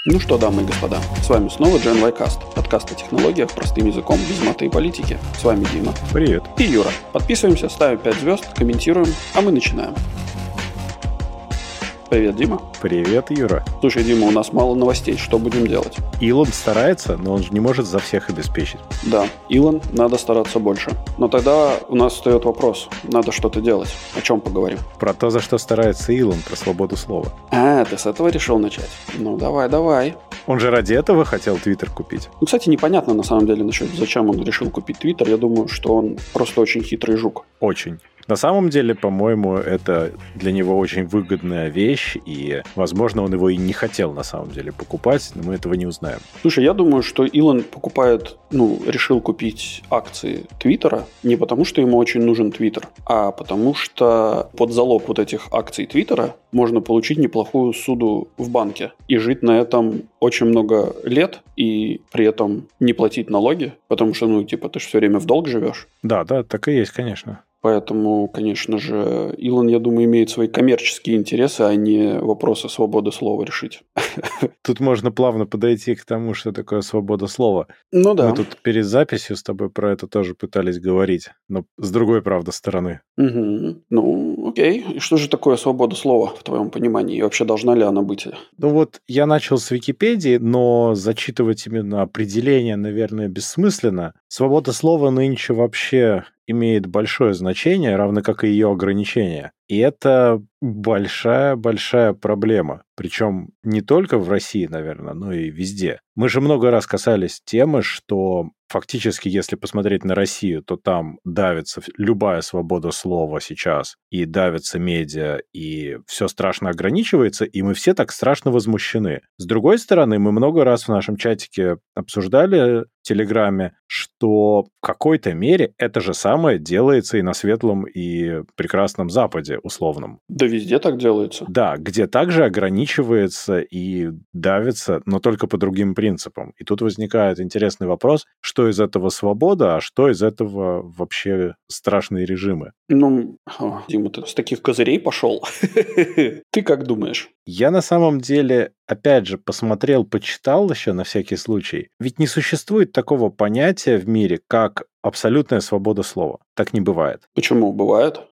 Ну что, дамы и господа, с вами снова GenYcast, подкаст о технологиях простым языком без мата и политики. С вами Дима. Привет. И Юра. Подписываемся, ставим 5 звезд, комментируем, а мы начинаем. Привет, Дима. Привет, Юра. Слушай, Дима, у нас мало новостей, что будем делать? Илон старается, но он же не может за всех обеспечить. Да, Илон, надо стараться больше. Но тогда у нас встает вопрос, надо что-то делать. О чем поговорим? Про то, за что старается Илон, про свободу слова. А, ты с этого решил начать? Ну, давай. Он же ради этого хотел Твиттер купить. Ну, кстати, непонятно на самом деле насчет, зачем он решил купить Твиттер. Я думаю, что он просто очень хитрый жук. Очень. На самом деле, по-моему, это для него очень выгодная вещь, и, возможно, он его и не хотел на самом деле покупать, но мы этого не узнаем. Слушай, я думаю, что Илон решил купить акции Твиттера не потому, что ему очень нужен Твиттер, а потому что под залог вот этих акций Твиттера можно получить неплохую суду в банке и жить на этом очень много лет и при этом не платить налоги, потому что, ты же все время в долг живешь. Да, так и есть, конечно. Поэтому, конечно же, Илон, я думаю, имеет свои коммерческие интересы, а не вопросы свободы слова решить. Тут можно плавно подойти к тому, что такое свобода слова. Ну да. Мы тут перед записью с тобой про это тоже пытались говорить, но с другой, правда, стороны. Угу. Ну, окей. И что же такое свобода слова, в твоем понимании? И вообще должна ли она быть? Ну вот я начал с Википедии, но зачитывать именно определение, наверное, бессмысленно. Свобода слова нынче вообще имеет большое значение, равно как и ее ограничения. И это большая проблема. Причем не только в России, наверное, но и везде. Мы же много раз касались темы, что фактически, если посмотреть на Россию, то там давится любая свобода слова сейчас, и давится медиа, и все страшно ограничивается, и мы все так страшно возмущены. С другой стороны, мы много раз в нашем чатике обсуждали в Телеграме, что в какой-то мере это же самое делается и на светлом, и прекрасном Западе, условном. Да везде так делается. Да, где также ограничивается и давится, но только по другим принципам. И тут возникает интересный вопрос, что из этого свобода, а что из этого вообще страшные режимы? Дима, ты с таких козырей пошел. Ты как думаешь? Я на самом деле, опять же, посмотрел, почитал еще на всякий случай. Ведь не существует такого понятия в мире, как абсолютная свобода слова. Так не бывает. Почему? Бывает?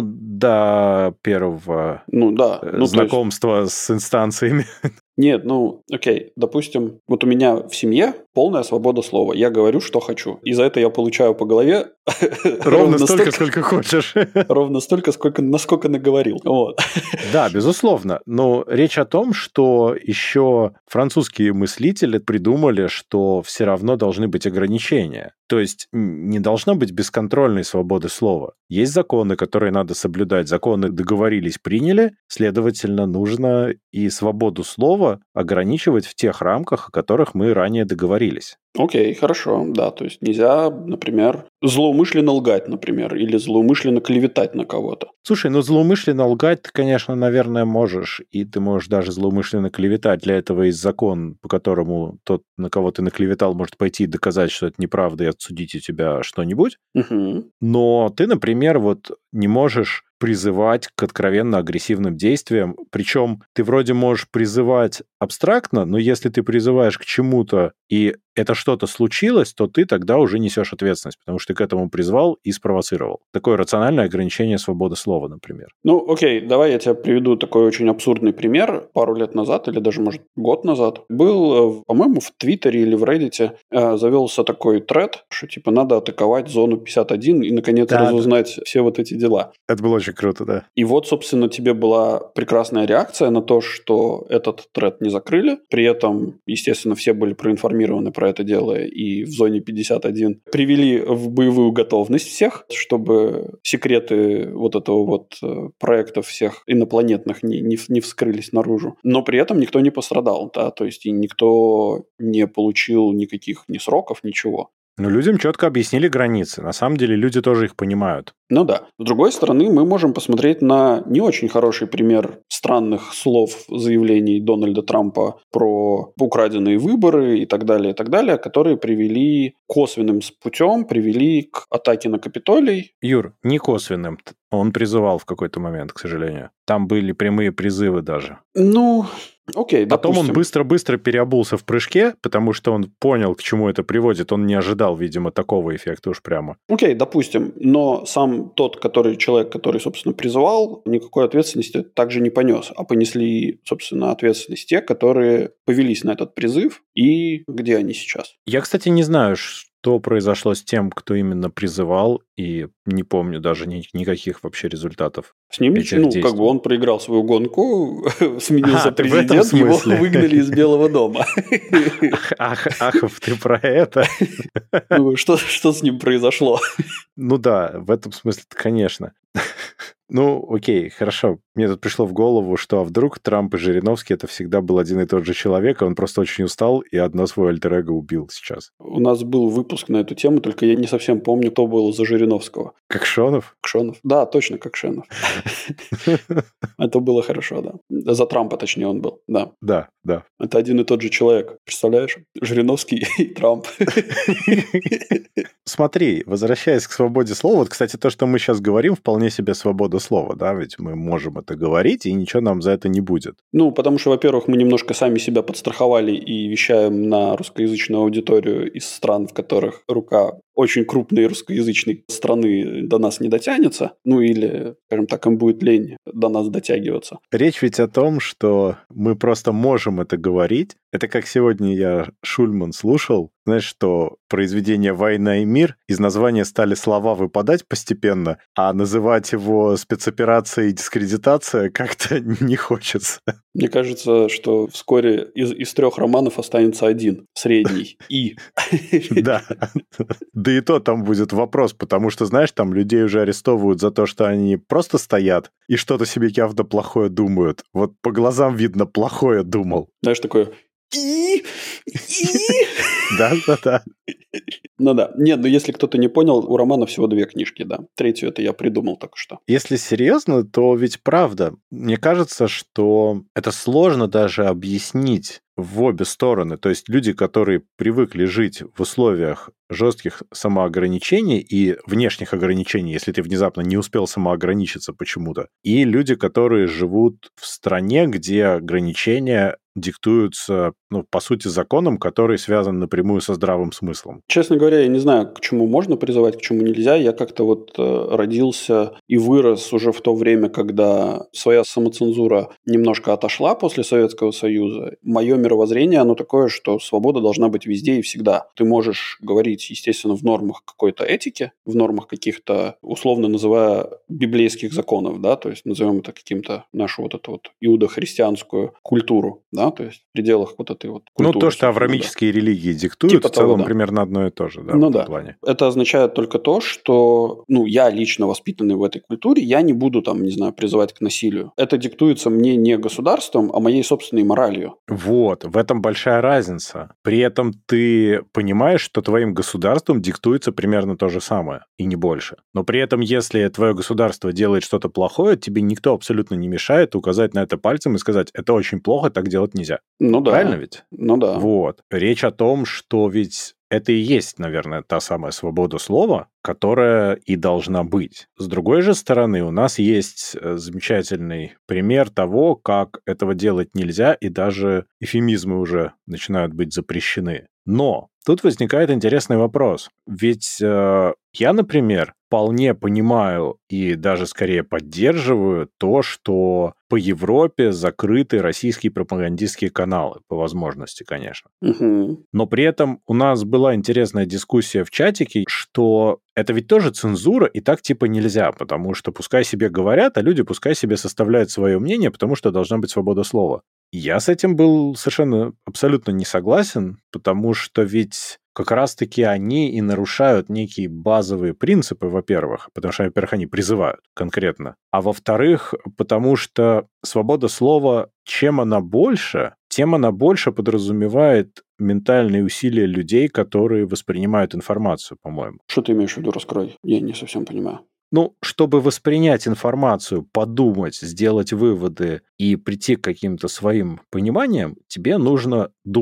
До первого знакомства с инстанциями. Нет, окей, допустим, вот у меня в семье полная свобода слова. Я говорю, что хочу. И за это я получаю по голове ровно столько, сколько хочешь. Ровно столько, насколько наговорил. Вот. Да, безусловно. Но речь о том, что еще французские мыслители придумали, что все равно должны быть ограничения. То есть не должно быть бесконтрольной свободы слова. Есть законы, которые надо соблюдать. Законы договорились, приняли. Следовательно, нужно и свободу слова ограничивать в тех рамках, о которых мы ранее договорились. Окей, хорошо, да, то есть нельзя, например, злоумышленно лгать, например, или злоумышленно клеветать на кого-то. Слушай, злоумышленно лгать ты, конечно, наверное, можешь, и ты можешь даже злоумышленно клеветать. Для этого есть закон, по которому тот, на кого ты наклеветал, может пойти и доказать, что это неправда, и отсудить у тебя что-нибудь. Угу. Но ты, например, не можешь призывать к откровенно агрессивным действиям. Причем ты вроде можешь призывать абстрактно, но если ты призываешь к чему-то, и это что-то случилось, то ты тогда уже несешь ответственность, потому что ты к этому призвал и спровоцировал. Такое рациональное ограничение свободы слова, например. Окей, давай я тебе приведу такой очень абсурдный пример. Пару лет назад, или даже, может, год назад, был, по-моему, в Твиттере или в Reddit завелся такой тред, что, надо атаковать зону 51 и, наконец, разузнать все вот эти дела. Это было очень круто, да. И вот, собственно, тебе была прекрасная реакция на то, что этот тред не закрыли. При этом, естественно, все были проинформированы про это дело, и в зоне 51 привели в боевую готовность всех, чтобы секреты вот этого проекта всех инопланетных не вскрылись наружу. Но при этом никто не пострадал, да, то есть и никто не получил никаких ни сроков, ничего. Но людям четко объяснили границы. На самом деле люди тоже их понимают. Ну да. С другой стороны, мы можем посмотреть на не очень хороший пример странных слов, заявлений Дональда Трампа про украденные выборы и так далее, которые косвенным путем привели к атаке на Капитолий. Юр, не косвенным. Он призывал в какой-то момент, к сожалению. Там были прямые призывы даже. Окей, Потом допустим. он быстро-быстро переобулся в прыжке, потому что он понял, к чему это приводит. Он не ожидал, видимо, такого эффекта уж прямо. Окей, допустим. Но сам тот, человек, который, собственно, призывал, никакой ответственности также не понес. А понесли, собственно, ответственность те, которые повелись на этот призыв. И где они сейчас? Я, кстати, не знаю, что произошло с тем, кто именно призывал, и не помню даже никаких вообще результатов. С ним этих ничего. действий. Он проиграл свою гонку, сменился ты в этом президент, его смысле. выгнали из Белого дома. Ахов, ты про это? Ну, что с ним произошло? Ну да, в этом смысле, конечно. Ну, окей, хорошо. Мне тут пришло в голову, что вдруг Трамп и Жириновский это всегда был один и тот же человек, а он просто очень устал и одно свое альтер-эго убил сейчас. У нас был выпуск на эту тему, только я не совсем помню, кто был за Жириновского. Кокшонов? Кокшонов? Да, точно, Кокшонов. Это было хорошо, да. За Трампа, точнее, он был, да. Да. Это один и тот же человек, представляешь? Жириновский и Трамп. Смотри, возвращаясь к свободе слова, вот, кстати, то, что мы сейчас говорим, вполне себе свобода слова, да, ведь мы можем это говорить, и ничего нам за это не будет. Ну, потому что, во-первых, мы немножко сами себя подстраховали и вещаем на русскоязычную аудиторию из стран, в которых рука очень крупной русскоязычной страны до нас не дотянется, ну или, скажем так, им будет лень до нас дотягиваться. Речь ведь о том, что мы просто можем это говорить. Это как сегодня я Шульман слушал, знаешь, что произведение «Война и мир» из названия стали слова выпадать постепенно, а называть его спецоперация и дискредитация как-то не хочется. Мне кажется, что вскоре из 3 романов останется один, средний, И. Да. Да и то там будет вопрос, потому что, знаешь, там людей уже арестовывают за то, что они просто стоят и что-то себе явно плохое думают. Вот по глазам видно, плохое думал. Знаешь, такое И. Да. Ну да. Нет, если кто-то не понял, у романа всего 2 книжки, да. 3-ю это я придумал только что. Если серьезно, то ведь правда. Мне кажется, что это сложно даже объяснить в обе стороны. То есть люди, которые привыкли жить в условиях жестких самоограничений и внешних ограничений, если ты внезапно не успел самоограничиться почему-то, и люди, которые живут в стране, где ограничения диктуются, по сути, законом, который связан напрямую со здравым смыслом. Честно говоря, я не знаю, к чему можно призывать, к чему нельзя. Я как-то родился и вырос уже в то время, когда своя самоцензура немножко отошла после Советского Союза. Мое мировоззрение, оно такое, что свобода должна быть везде и всегда. Ты можешь говорить, естественно, в нормах какой-то этики, в нормах каких-то, условно называя, библейских законов, да, то есть назовем это каким-то нашу иудохристианскую культуру, да, то есть в пределах этой культуры. То, что авраамические религии диктуют, типа в целом того, да. Примерно одно и то же, да, в этом плане. Это означает только то, что, я лично воспитанный в этой культуре, я не буду призывать к насилию. Это диктуется мне не государством, а моей собственной моралью. Вот, в этом большая разница. При этом ты понимаешь, что твоим государством диктуется примерно то же самое, и не больше. Но при этом, если твое государство делает что-то плохое, тебе никто абсолютно не мешает указать на это пальцем и сказать, это очень плохо, так делать нельзя. Ну да. Правильно ведь? Ну да. Вот. Речь о том, что ведь это и есть, наверное, та самая свобода слова, которая и должна быть. С другой же стороны, у нас есть замечательный пример того, как этого делать нельзя, и даже эвфемизмы уже начинают быть запрещены. Но тут возникает интересный вопрос. Ведь я, например, вполне понимаю и даже скорее поддерживаю то, что по Европе закрыты российские пропагандистские каналы, по возможности, конечно. Угу. Но при этом у нас была интересная дискуссия в чатике, что это ведь тоже цензура, и так типа нельзя, потому что пускай себе говорят, а люди пускай себе составляют свое мнение, потому что должна быть свобода слова. Я с этим был совершенно абсолютно не согласен, потому что ведь как раз-таки они и нарушают некие базовые принципы, во-первых, потому что, во-первых, они призывают конкретно, а во-вторых, потому что свобода слова, чем она больше, тем она больше подразумевает ментальные усилия людей, которые воспринимают информацию, по-моему. Что ты имеешь в виду, раскрой? Я не совсем понимаю. Чтобы воспринять информацию, подумать, сделать выводы и прийти к каким-то своим пониманиям, тебе нужно думать.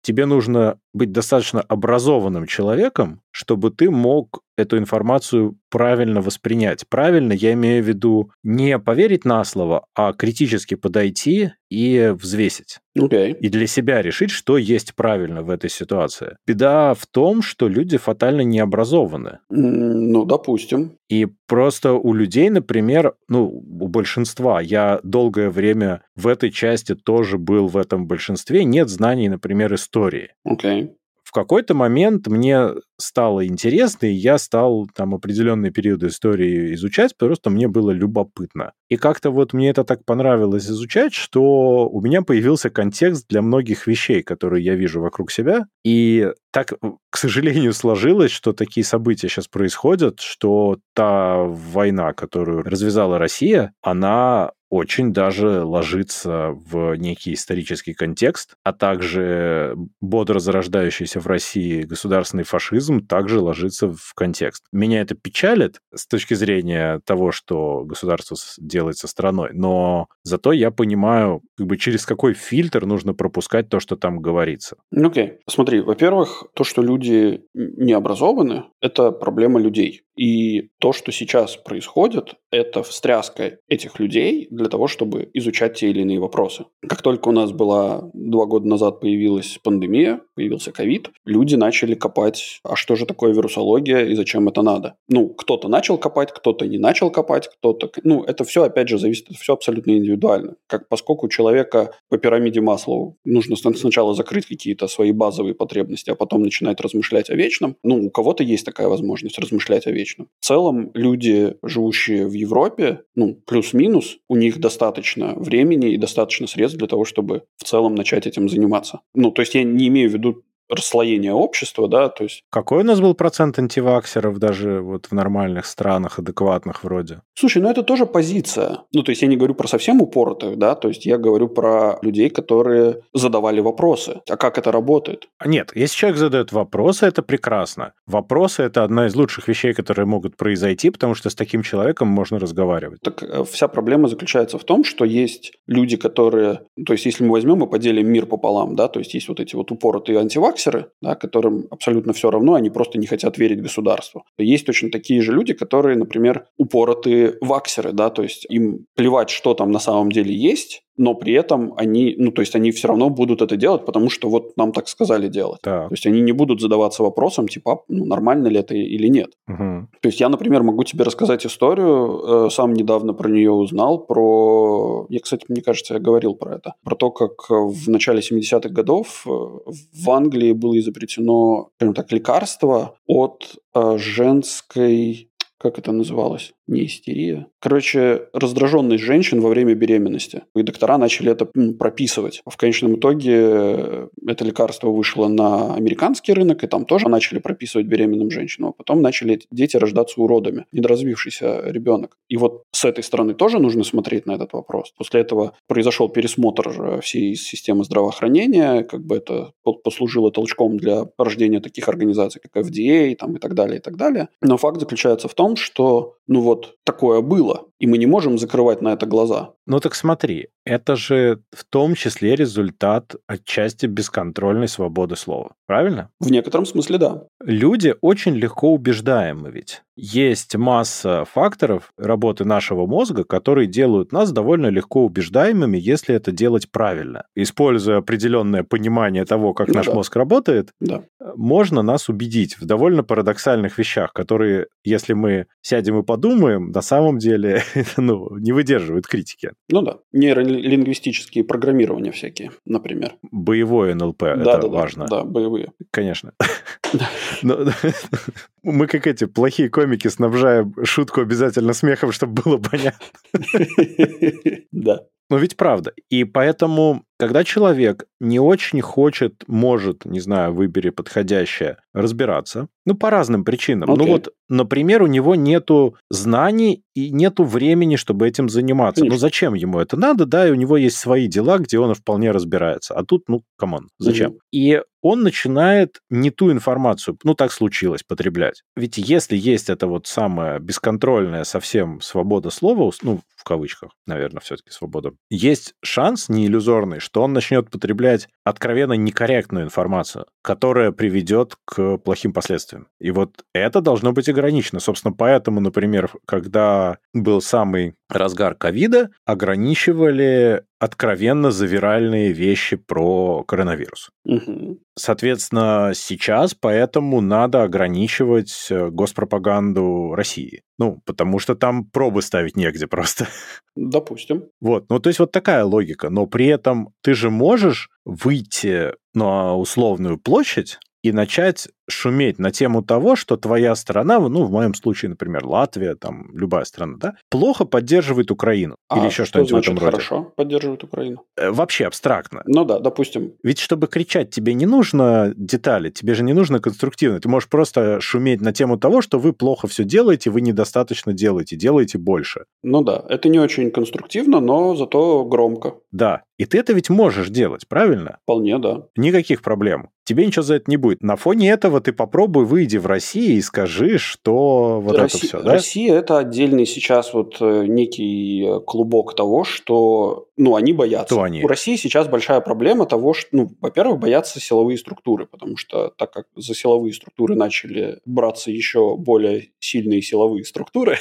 тебе нужно быть достаточно образованным человеком, чтобы ты мог эту информацию правильно воспринять. Правильно, я имею в виду не поверить на слово, а критически подойти и взвесить. Окей. И для себя решить, что есть правильно в этой ситуации. Беда в том, что люди фатально не образованы. Ну, допустим. И просто у людей, например, у большинства, я долгое время в этой части тоже был в этом большинстве, нет знаний, например, истории. Окей. В какой-то момент мне стало интересно, и я стал там определенные периоды истории изучать, просто мне было любопытно. И как-то вот мне это так понравилось изучать, что у меня появился контекст для многих вещей, которые я вижу вокруг себя. И так, к сожалению, сложилось, что такие события сейчас происходят, что та война, которую развязала Россия, она очень даже ложится в некий исторический контекст, а также бодро зарождающийся в России государственный фашизм также ложится в контекст. Меня это печалит с точки зрения того, что государство делает со страной, но зато я понимаю, через какой фильтр нужно пропускать то, что там говорится. Окей. Смотри, во-первых, то, что люди не образованы, это проблема людей. И то, что сейчас происходит, это встряска этих людей для того, чтобы изучать те или иные вопросы. Как только у нас была 2 года назад появилась пандемия, появился ковид, люди начали копать, а что же такое вирусология и зачем это надо. Кто-то начал копать, кто-то не начал копать, кто-то... это все, опять же, зависит, это все абсолютно индивидуально. Поскольку человека по пирамиде Маслоу нужно сначала закрыть какие-то свои базовые потребности, а потом начинать размышлять о вечном, у кого-то есть такая возможность размышлять о вечном. В целом, люди, живущие в Европе, плюс-минус, у них достаточно времени и достаточно средств для того, чтобы в целом начать этим заниматься. То есть я не имею в виду расслоение общества, да, то есть... Какой у нас был процент антиваксеров даже вот в нормальных странах, адекватных вроде? Слушай, это тоже позиция. То есть я не говорю про совсем упоротых, да, то есть я говорю про людей, которые задавали вопросы. А как это работает? Нет, если человек задает вопросы, это прекрасно. Вопросы – это одна из лучших вещей, которые могут произойти, потому что с таким человеком можно разговаривать. Так вся проблема заключается в том, что есть люди, которые... То есть если мы возьмем и поделим мир пополам, да, то есть есть вот эти вот упоротые антиваксеры, да, которым абсолютно все равно, они просто не хотят верить государству. Есть точно такие же люди, которые, например, упоротые ваксеры, да, то есть им плевать, что там на самом деле есть, но при этом они, они все равно будут это делать, потому что вот нам так сказали делать. Так. То есть они не будут задаваться вопросом, типа, нормально ли это или нет. Угу. То есть я, например, могу тебе рассказать историю, сам недавно про нее узнал, я, кстати, мне кажется, я говорил про это, про то, как в начале 70-х годов в Англии было изобретено, скажем так, лекарство от женской... Как это называлось? Не истерия. Раздраженность женщин во время беременности. И доктора начали это прописывать. В конечном итоге это лекарство вышло на американский рынок, и там тоже начали прописывать беременным женщинам. А потом начали дети рождаться уродами. Недоразвившийся ребенок. И вот с этой стороны тоже нужно смотреть на этот вопрос. После этого произошел пересмотр всей системы здравоохранения. Это послужило толчком для рождения таких организаций, как FDA и так далее, и так далее. Но факт заключается в том, что такое было, и мы не можем закрывать на это глаза. Так смотри, это же в том числе результат отчасти бесконтрольной свободы слова, правильно? В некотором смысле, да. Люди очень легко убеждаемы ведь. Есть масса факторов работы нашего мозга, которые делают нас довольно легко убеждаемыми, если это делать правильно. Используя определенное понимание того, как наш мозг работает, можно нас убедить в довольно парадоксальных вещах, которые, если мы сядем и подумаем, на самом деле не выдерживают критики. Нейролингвистические программирования всякие, например. Боевое НЛП, это важно. Да, боевые. Конечно. Мы как эти плохие комики снабжаем шутку обязательно смехом, чтобы было понятно. Да. Но ведь правда. И поэтому, когда человек не очень хочет, может, не знаю, выбери подходящее, разбираться, по разным причинам. Например, у него нету знаний и нету времени, чтобы этим заниматься. Конечно. Зачем ему это надо? Да, и у него есть свои дела, где он вполне разбирается. А тут, камон, зачем? И он начинает не ту информацию, так случилось, потреблять. Ведь если есть эта вот самая бесконтрольная совсем свобода слова, в кавычках, наверное, все-таки свободу, есть шанс не иллюзорный, что он начнет потреблять откровенно некорректную информацию, которая приведет к плохим последствиям. И вот это должно быть ограничено. Собственно, поэтому, например, когда был самый разгар ковида, ограничивали откровенно завиральные вещи про коронавирус. Угу. Соответственно, сейчас поэтому надо ограничивать госпропаганду России. Ну, потому что там пробы ставить негде просто. Допустим. Вот, ну, то есть вот такая логика. Но при этом ты же можешь выйти на условную площадь и начать шуметь на тему того, что твоя страна, ну, в моем случае, например, Латвия, там, любая страна, да, плохо поддерживает Украину. Или еще что-нибудь в этом роде. Хорошо поддерживает Украину? Вообще абстрактно. Ну да, допустим. Ведь чтобы кричать, тебе не нужно детали, тебе же не нужно конструктивно. Ты можешь просто шуметь на тему того, что вы плохо все делаете, вы недостаточно делаете больше. Ну да, это не очень конструктивно, но зато громко. Да, и ты это ведь можешь делать, правильно? Вполне, да. Никаких проблем. Тебе ничего за это не будет. На фоне этого ты попробуй выйди в Россию и скажи, что вот это все, да? Россия – это отдельный сейчас вот некий клубок того, что, ну, они боятся. Кто они? У России сейчас большая проблема того, что, ну, во-первых, боятся силовые структуры, потому что так как за силовые структуры начали браться еще более сильные силовые структуры,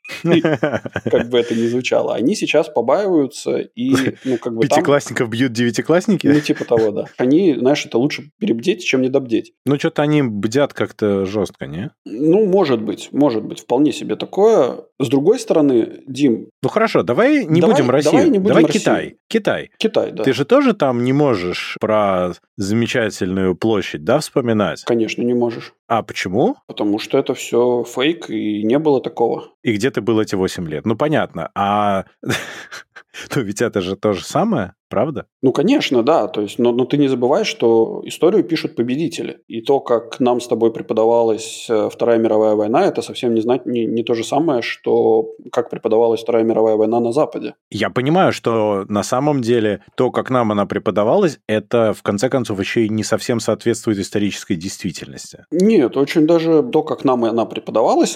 как бы это ни звучало, они сейчас побаиваются и, ну, как бы Пятиклассников бьют девятиклассники? Ну, типа того, да. Они, знаешь, это лучше перебдеть, чем недобдеть. Ну, что-то они бдят как-то жестко, не? Ну, может быть, вполне себе такое. С другой стороны, Дим... Ну, хорошо, давай не будем Россию. Давай Китай. Китай, да. Ты же тоже там не можешь про замечательную площадь, да, вспоминать? Конечно, не можешь. А почему? Потому что это все фейк, и не было такого. И где ты был эти 8 лет? Ну, понятно. А ну, ведь это же то же самое, правда? Ну, конечно, да. То есть, но ты не забывай, что историю пишут победители. И то, как нам с тобой преподавалась Вторая мировая война, это совсем не то же самое, что как преподавалась Вторая мировая война на Западе. Я понимаю, что на самом деле то, как нам она преподавалась, это, в конце концов, еще и не совсем соответствует исторической действительности. Нет, очень даже то, как нам она преподавалась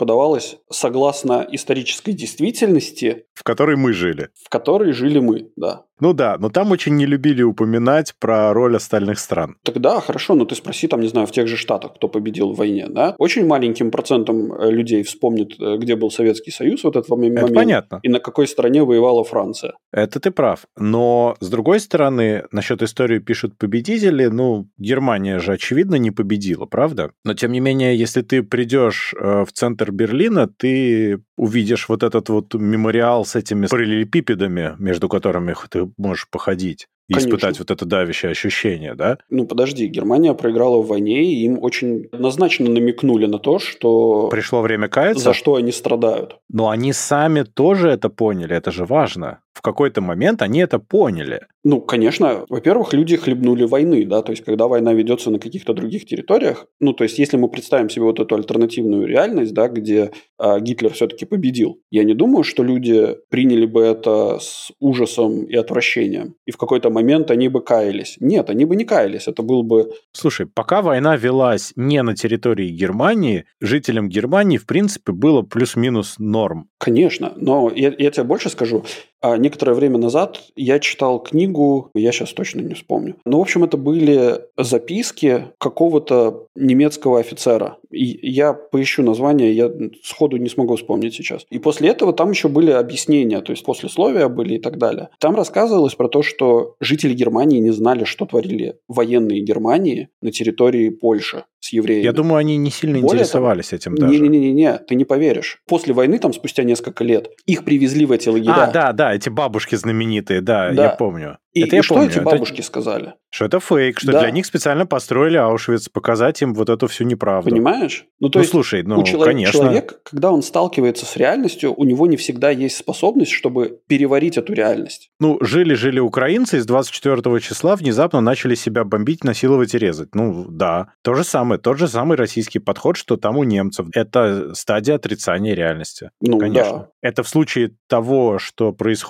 согласно исторической действительности, в которой мы жили. В которой жили мы, да. Ну да, но там очень не любили упоминать про роль остальных стран. Тогда хорошо, но ты спроси там, не знаю, в тех же Штатах, кто победил в войне, да? Очень маленьким процентом людей вспомнит, где был Советский Союз в этот момент. Это понятно. И на какой стороне воевала Франция. Это ты прав. Но, с другой стороны, насчет истории пишут победители, ну, Германия же, очевидно, не победила, правда? Но, тем не менее, если ты придешь в центр Берлина, ты увидишь вот этот вот мемориал с этими параллелепипедами, между которыми ты можешь походить и испытать вот это давящее ощущение, да? Ну, подожди, Германия проиграла в войне, и им очень однозначно намекнули на то, что... Пришло время каяться? За что они страдают. Но они сами тоже это поняли, это же важно. В какой-то момент они это поняли. Ну, конечно, во-первых, люди хлебнули войны, да, то есть, когда война ведется на каких-то других территориях, ну, то есть, если мы представим себе вот эту альтернативную реальность, да, где Гитлер все-таки победил, я не думаю, что люди приняли бы это с ужасом и отвращением, и в какой-то момент они бы каялись. Нет, они бы не каялись, это был бы... Слушай, пока война велась не на территории Германии, жителям Германии, в принципе, было плюс-минус норм. Конечно, но я тебе больше скажу. Некоторое время назад я читал книгу, я сейчас точно не вспомню. Но, в общем, это были записки какого-то немецкого офицера. И я поищу название, я сходу не смогу вспомнить сейчас. И после этого там еще были объяснения, то есть послесловия были и так далее. Там рассказывалось про то, что жители Германии не знали, что творили военные Германии на территории Польши с евреями. Я думаю, они не сильно интересовались этим даже. Не-не-не, ты не поверишь. После войны, там, спустя несколько лет, их привезли в эти лагеря. Да, эти бабушки знаменитые, да, я помню. И что эти бабушки сказали? Что это фейк, что для них специально построили Аушвиц, показать им вот эту всю неправду. Понимаешь? То есть, слушай, конечно. Человек, когда он сталкивается с реальностью, у него не всегда есть способность, чтобы переварить эту реальность. Ну, жили украинцы, и с 24 числа внезапно начали себя бомбить, насиловать и резать. Ну, да. Тот же самый российский подход, что там у немцев. Это стадия отрицания реальности. Ну, конечно. Да. Это в случае того, что происходит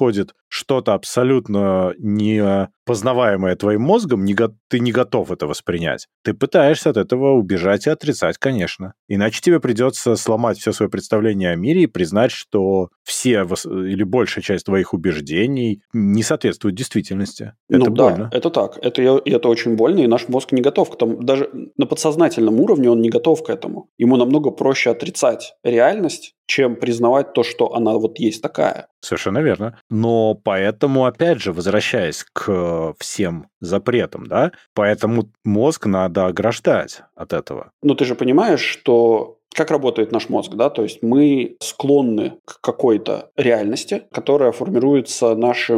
что-то абсолютно не познаваемое твоим мозгом, ты не готов это воспринять. Ты пытаешься от этого убежать и отрицать, конечно. Иначе тебе придется сломать все свое представление о мире и признать, что все или большая часть твоих убеждений не соответствуют действительности. Ну Это да, больно. это так. Это очень больно, и наш мозг не готов к тому. Даже на подсознательном уровне он не готов к этому. Ему намного проще отрицать реальность, чем признавать то, что она вот есть такая. Совершенно верно. Но поэтому, опять же, возвращаясь к всем запретам, да, поэтому мозг надо ограждать от этого. Но ты же понимаешь, что как работает наш мозг, да? То есть мы склонны к какой-то реальности, которая формируется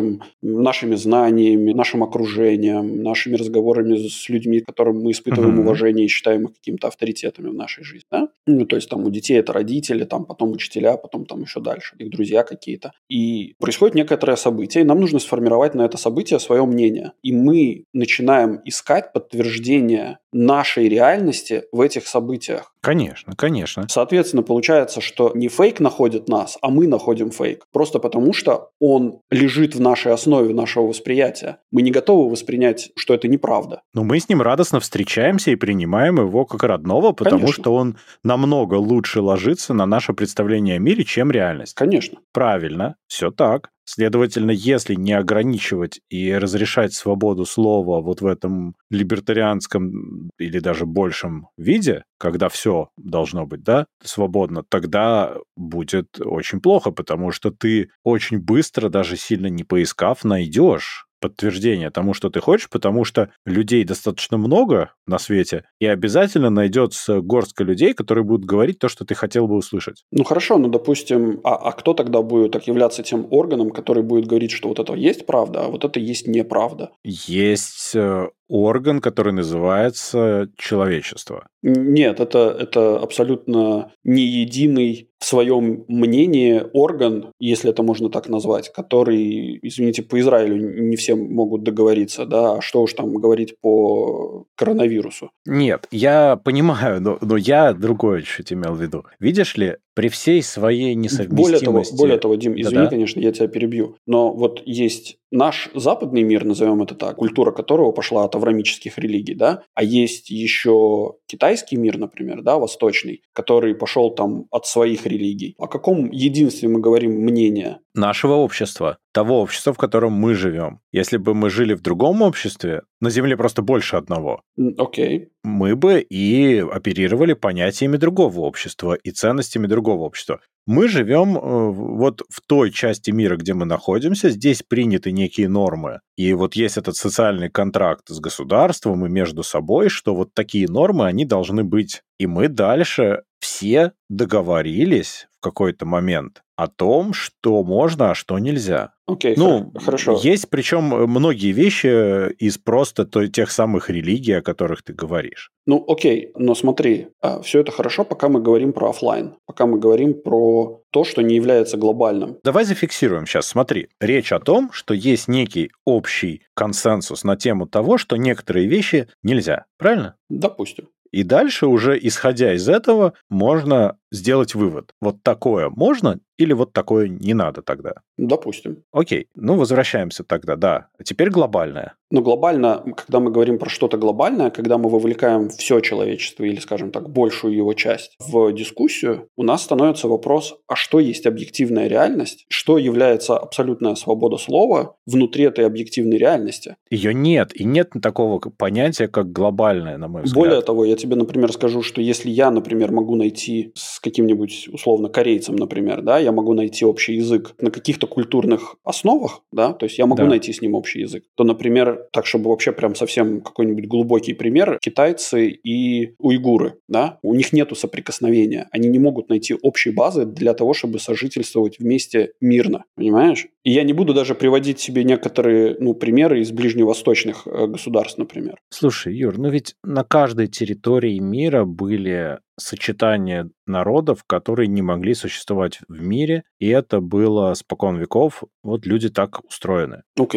нашими знаниями, нашим окружением, нашими разговорами с людьми, к которым мы испытываем уважение и считаем их какими-то авторитетами в нашей жизни, да? Ну, то есть там у детей это родители, там потом учителя, потом там еще дальше, их друзья какие-то. И происходит некоторое событие, и нам нужно сформировать на это событие свое мнение. И мы начинаем искать подтверждение нашей реальности в этих событиях. Конечно, конечно. Соответственно, получается, что не фейк находит нас, а мы находим фейк. Просто потому, что он лежит в нашей основе нашего восприятия. Мы не готовы воспринять, что это неправда. Но мы с ним радостно встречаемся и принимаем его как родного, потому Конечно. что он намного лучше ложится на наше представление о мире, чем реальность. Конечно. Правильно, все так. Следовательно, если не ограничивать и разрешать свободу слова вот в этом либертарианском или даже большем виде, когда все должно быть, да, свободно, тогда будет очень плохо, потому что ты очень быстро, даже сильно не поискав, найдешь подтверждение тому, что ты хочешь, потому что людей достаточно много на свете, и обязательно найдется горстка людей, которые будут говорить то, что ты хотел бы услышать. Ну хорошо, ну допустим, а кто тогда будет так являться тем органом, который будет говорить, что вот это есть правда, а вот это есть неправда? Есть орган, который называется человечество. Нет, это абсолютно не единый в своем мнении орган, если это можно так назвать, который, извините, по Израилю не все могут договориться, да, а что уж там говорить по коронавирусу. Нет, я понимаю, но я другое чуть имел в виду. Видишь ли, при всей своей несовместимости... Более того, Дим, извини, Да-да. конечно, я тебя перебью, но вот есть наш западный мир, назовем это так, культура которого пошла от авраамических религий, да, а есть еще китайский мир, например, да, восточный, который пошел там от своих религий. О каком единстве мы говорим мнение? Нашего общества, того общества, в котором мы живем. Если бы мы жили в другом обществе, на Земле просто больше одного, Окей. мы бы и оперировали понятиями другого общества и ценностями другого общества. Мы живем вот в той части мира, где мы находимся, здесь приняты некие нормы. И вот есть этот социальный контракт с государством и между собой, что вот такие нормы, они должны быть. И мы дальше все договорились в какой-то момент о том, что можно, а что нельзя. Окей, Ну, хорошо. есть причем многие вещи из просто тех самых религий, о которых ты говоришь. Ну, окей, но смотри, все это хорошо, пока мы говорим про офлайн, пока мы говорим про то, что не является глобальным. Давай зафиксируем сейчас. Смотри, речь о том, что есть некий общий консенсус на тему того, что некоторые вещи нельзя. Правильно? Допустим. И дальше уже, исходя из этого, можно сделать вывод. Вот такое можно или вот такое не надо тогда? Допустим. Окей, ну возвращаемся тогда, да. А теперь глобальное. Но глобально, когда мы говорим про что-то глобальное, когда мы вовлекаем все человечество или, скажем так, большую его часть в дискуссию, у нас становится вопрос, а что есть объективная реальность, что является абсолютная свобода слова внутри этой объективной реальности. Ее нет, и нет такого понятия, как глобальное, на мой взгляд. Более того, я тебе, например, скажу, что если я, например, могу найти с каким-нибудь, условно, корейцем, например, да, я могу найти общий язык на каких-то культурных основах, да, то есть я могу найти с ним общий язык, то, например, так, чтобы вообще прям совсем какой-нибудь глубокий пример, китайцы и уйгуры, да, у них нету соприкосновения, они не могут найти общей базы для того, чтобы сожительствовать вместе мирно, понимаешь? И я не буду даже приводить себе некоторые, примеры из ближневосточных государств, например. Слушай, Юр, ну ведь на каждой территории мира были сочетания народов, которые не могли существовать в мире, и это было спокон веков, вот люди так устроены. Окей.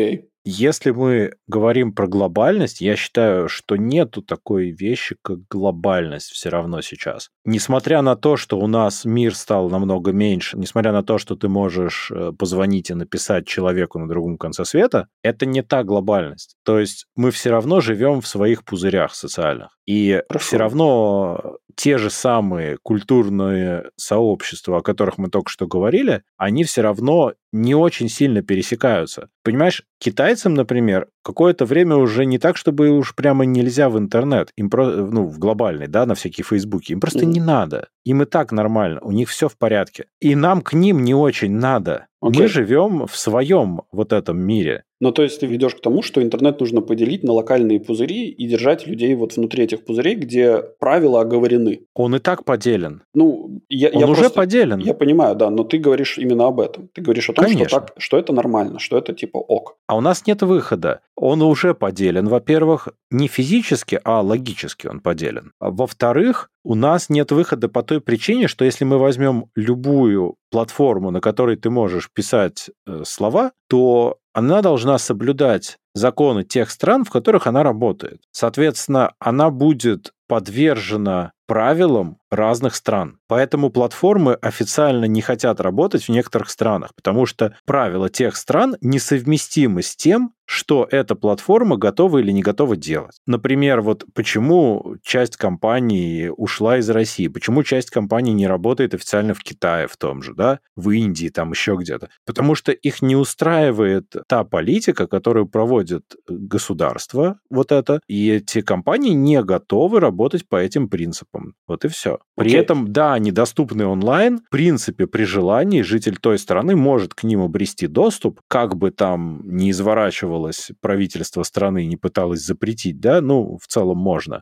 Если мы говорим про глобальность, я считаю, что нету такой вещи, как глобальность все равно сейчас. Несмотря на то, что у нас мир стал намного меньше, несмотря на то, что ты можешь позвонить и написать человеку на другом конце света, это не та глобальность. То есть мы все равно живем в своих пузырях социальных. И все равно те же самые культурные сообщества, о которых мы только что говорили, они все равно не очень сильно пересекаются. Понимаешь, китайцам, например, какое-то время уже не так, чтобы уж прямо нельзя в интернет, им в глобальный, да, на всякие фейсбуки, им просто не надо. Им и так нормально, у них все в порядке. И нам к ним не очень надо. Мы живем в своем вот этом мире. Ну, то есть ты ведешь к тому, что интернет нужно поделить на локальные пузыри и держать людей вот внутри этих пузырей, где правила оговорены. Он и так поделен. Ну, он уже поделен. Я понимаю, да, но ты говоришь именно об этом. Ты говоришь о том, что это нормально, что это типа ок. А у нас нет выхода. Он уже поделен, во-первых, не физически, а логически он поделен. А во-вторых, у нас нет выхода по той причине, что если мы возьмем любую платформу, на которой ты можешь писать слова, то она должна соблюдать законы тех стран, в которых она работает. Соответственно, она будет подвержена правилам разных стран. Поэтому платформы официально не хотят работать в некоторых странах, потому что правила тех стран несовместимы с тем, что эта платформа готова или не готова делать. Например, вот почему часть компаний ушла из России, почему часть компаний не работает официально в Китае в том же, да, в Индии, там еще где-то. Потому что их не устраивает та политика, которую проводит государство, вот это, и эти компании не готовы работать по этим принципам. Вот и все. При этом, да, они доступны онлайн. В принципе, при желании житель той страны может к ним обрести доступ, как бы там ни изворачивалось правительство страны, не пыталось запретить, да, ну, в целом можно.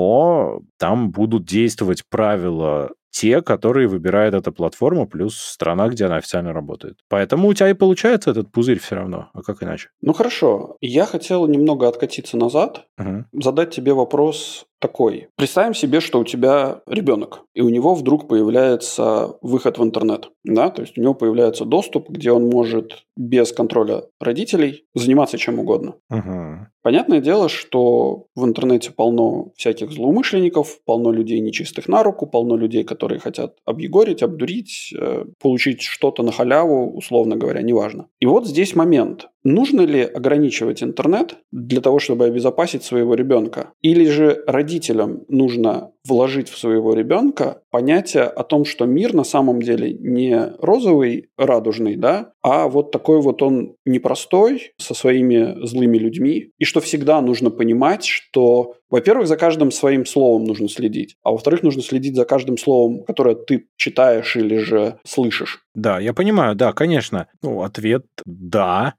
Но там будут действовать правила те, которые выбирает эта платформа, плюс страна, где она официально работает. Поэтому у тебя и получается этот пузырь все равно. А как иначе? Ну хорошо. Я хотел немного откатиться назад, задать тебе вопрос такой. Представим себе, что у тебя ребенок, и у него вдруг появляется выход в интернет. Да? То есть у него появляется доступ, где он может без контроля родителей заниматься чем угодно. Понятное дело, что в интернете полно всяких злоумышленников, полно людей нечистых на руку, полно людей, которые хотят объегорить, обдурить, получить что-то на халяву, условно говоря, неважно. И вот здесь момент. Нужно ли ограничивать интернет для того, чтобы обезопасить своего ребенка? Или же родителям нужно вложить в своего ребенка понятие о том, что мир на самом деле не розовый, радужный, да, а вот такой вот он непростой, со своими злыми людьми, и что всегда нужно понимать, что, во-первых, за каждым своим словом нужно следить, а во-вторых, нужно следить за каждым словом, которое ты читаешь или же слышишь. Да, я понимаю, да, конечно. Ну, ответ – да.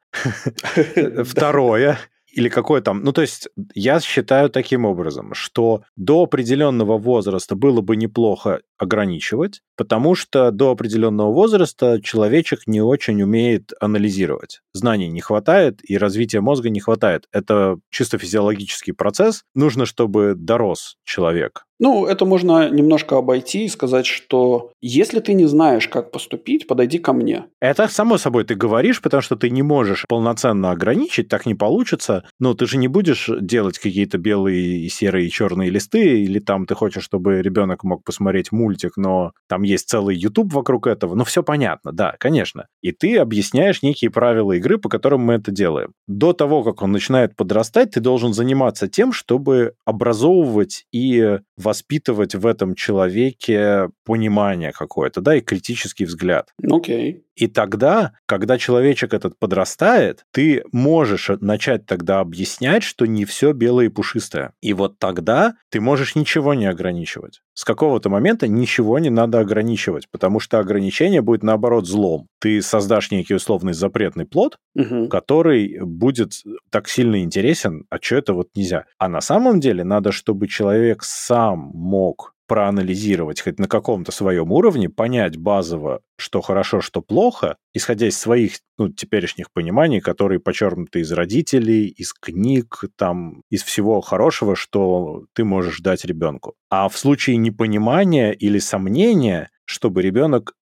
Второе. Или какой там... Ну, то есть я считаю таким образом, что до определенного возраста было бы неплохо ограничивать, потому что до определенного возраста человечек не очень умеет анализировать. Знаний не хватает, и развития мозга не хватает. Это чисто физиологический процесс. Нужно, чтобы дорос человек. Ну, это можно немножко обойти и сказать, что если ты не знаешь, как поступить, подойди ко мне. Это само собой ты говоришь, потому что ты не можешь полноценно ограничить, так не получится. Но ты же не будешь делать какие-то белые, серые и черные листы, или там ты хочешь, чтобы ребенок мог посмотреть мультик, но там есть целый YouTube вокруг этого. Ну, все понятно, да, конечно. И ты объясняешь некие правила игры, по которым мы это делаем. До того, как он начинает подрастать, ты должен заниматься тем, чтобы образовывать и воспитывать в этом человеке понимание какое-то, да, и критический взгляд. Окей. И тогда, когда человечек этот подрастает, ты можешь начать тогда объяснять, что не все белое и пушистое. И вот тогда ты можешь ничего не ограничивать. С какого-то момента ничего не надо ограничивать, потому что ограничение будет, наоборот, злом. Ты создашь некий условный запретный плод, который будет так сильно интересен, а что это вот нельзя. А на самом деле надо, чтобы человек сам мог проанализировать хоть на каком-то своем уровне, понять базово, что хорошо, что плохо, исходя из своих теперешних пониманий, которые почерпнуты из родителей, из книг, там, из всего хорошего, что ты можешь дать ребенку. А в случае непонимания или сомнения, чтобы ребенок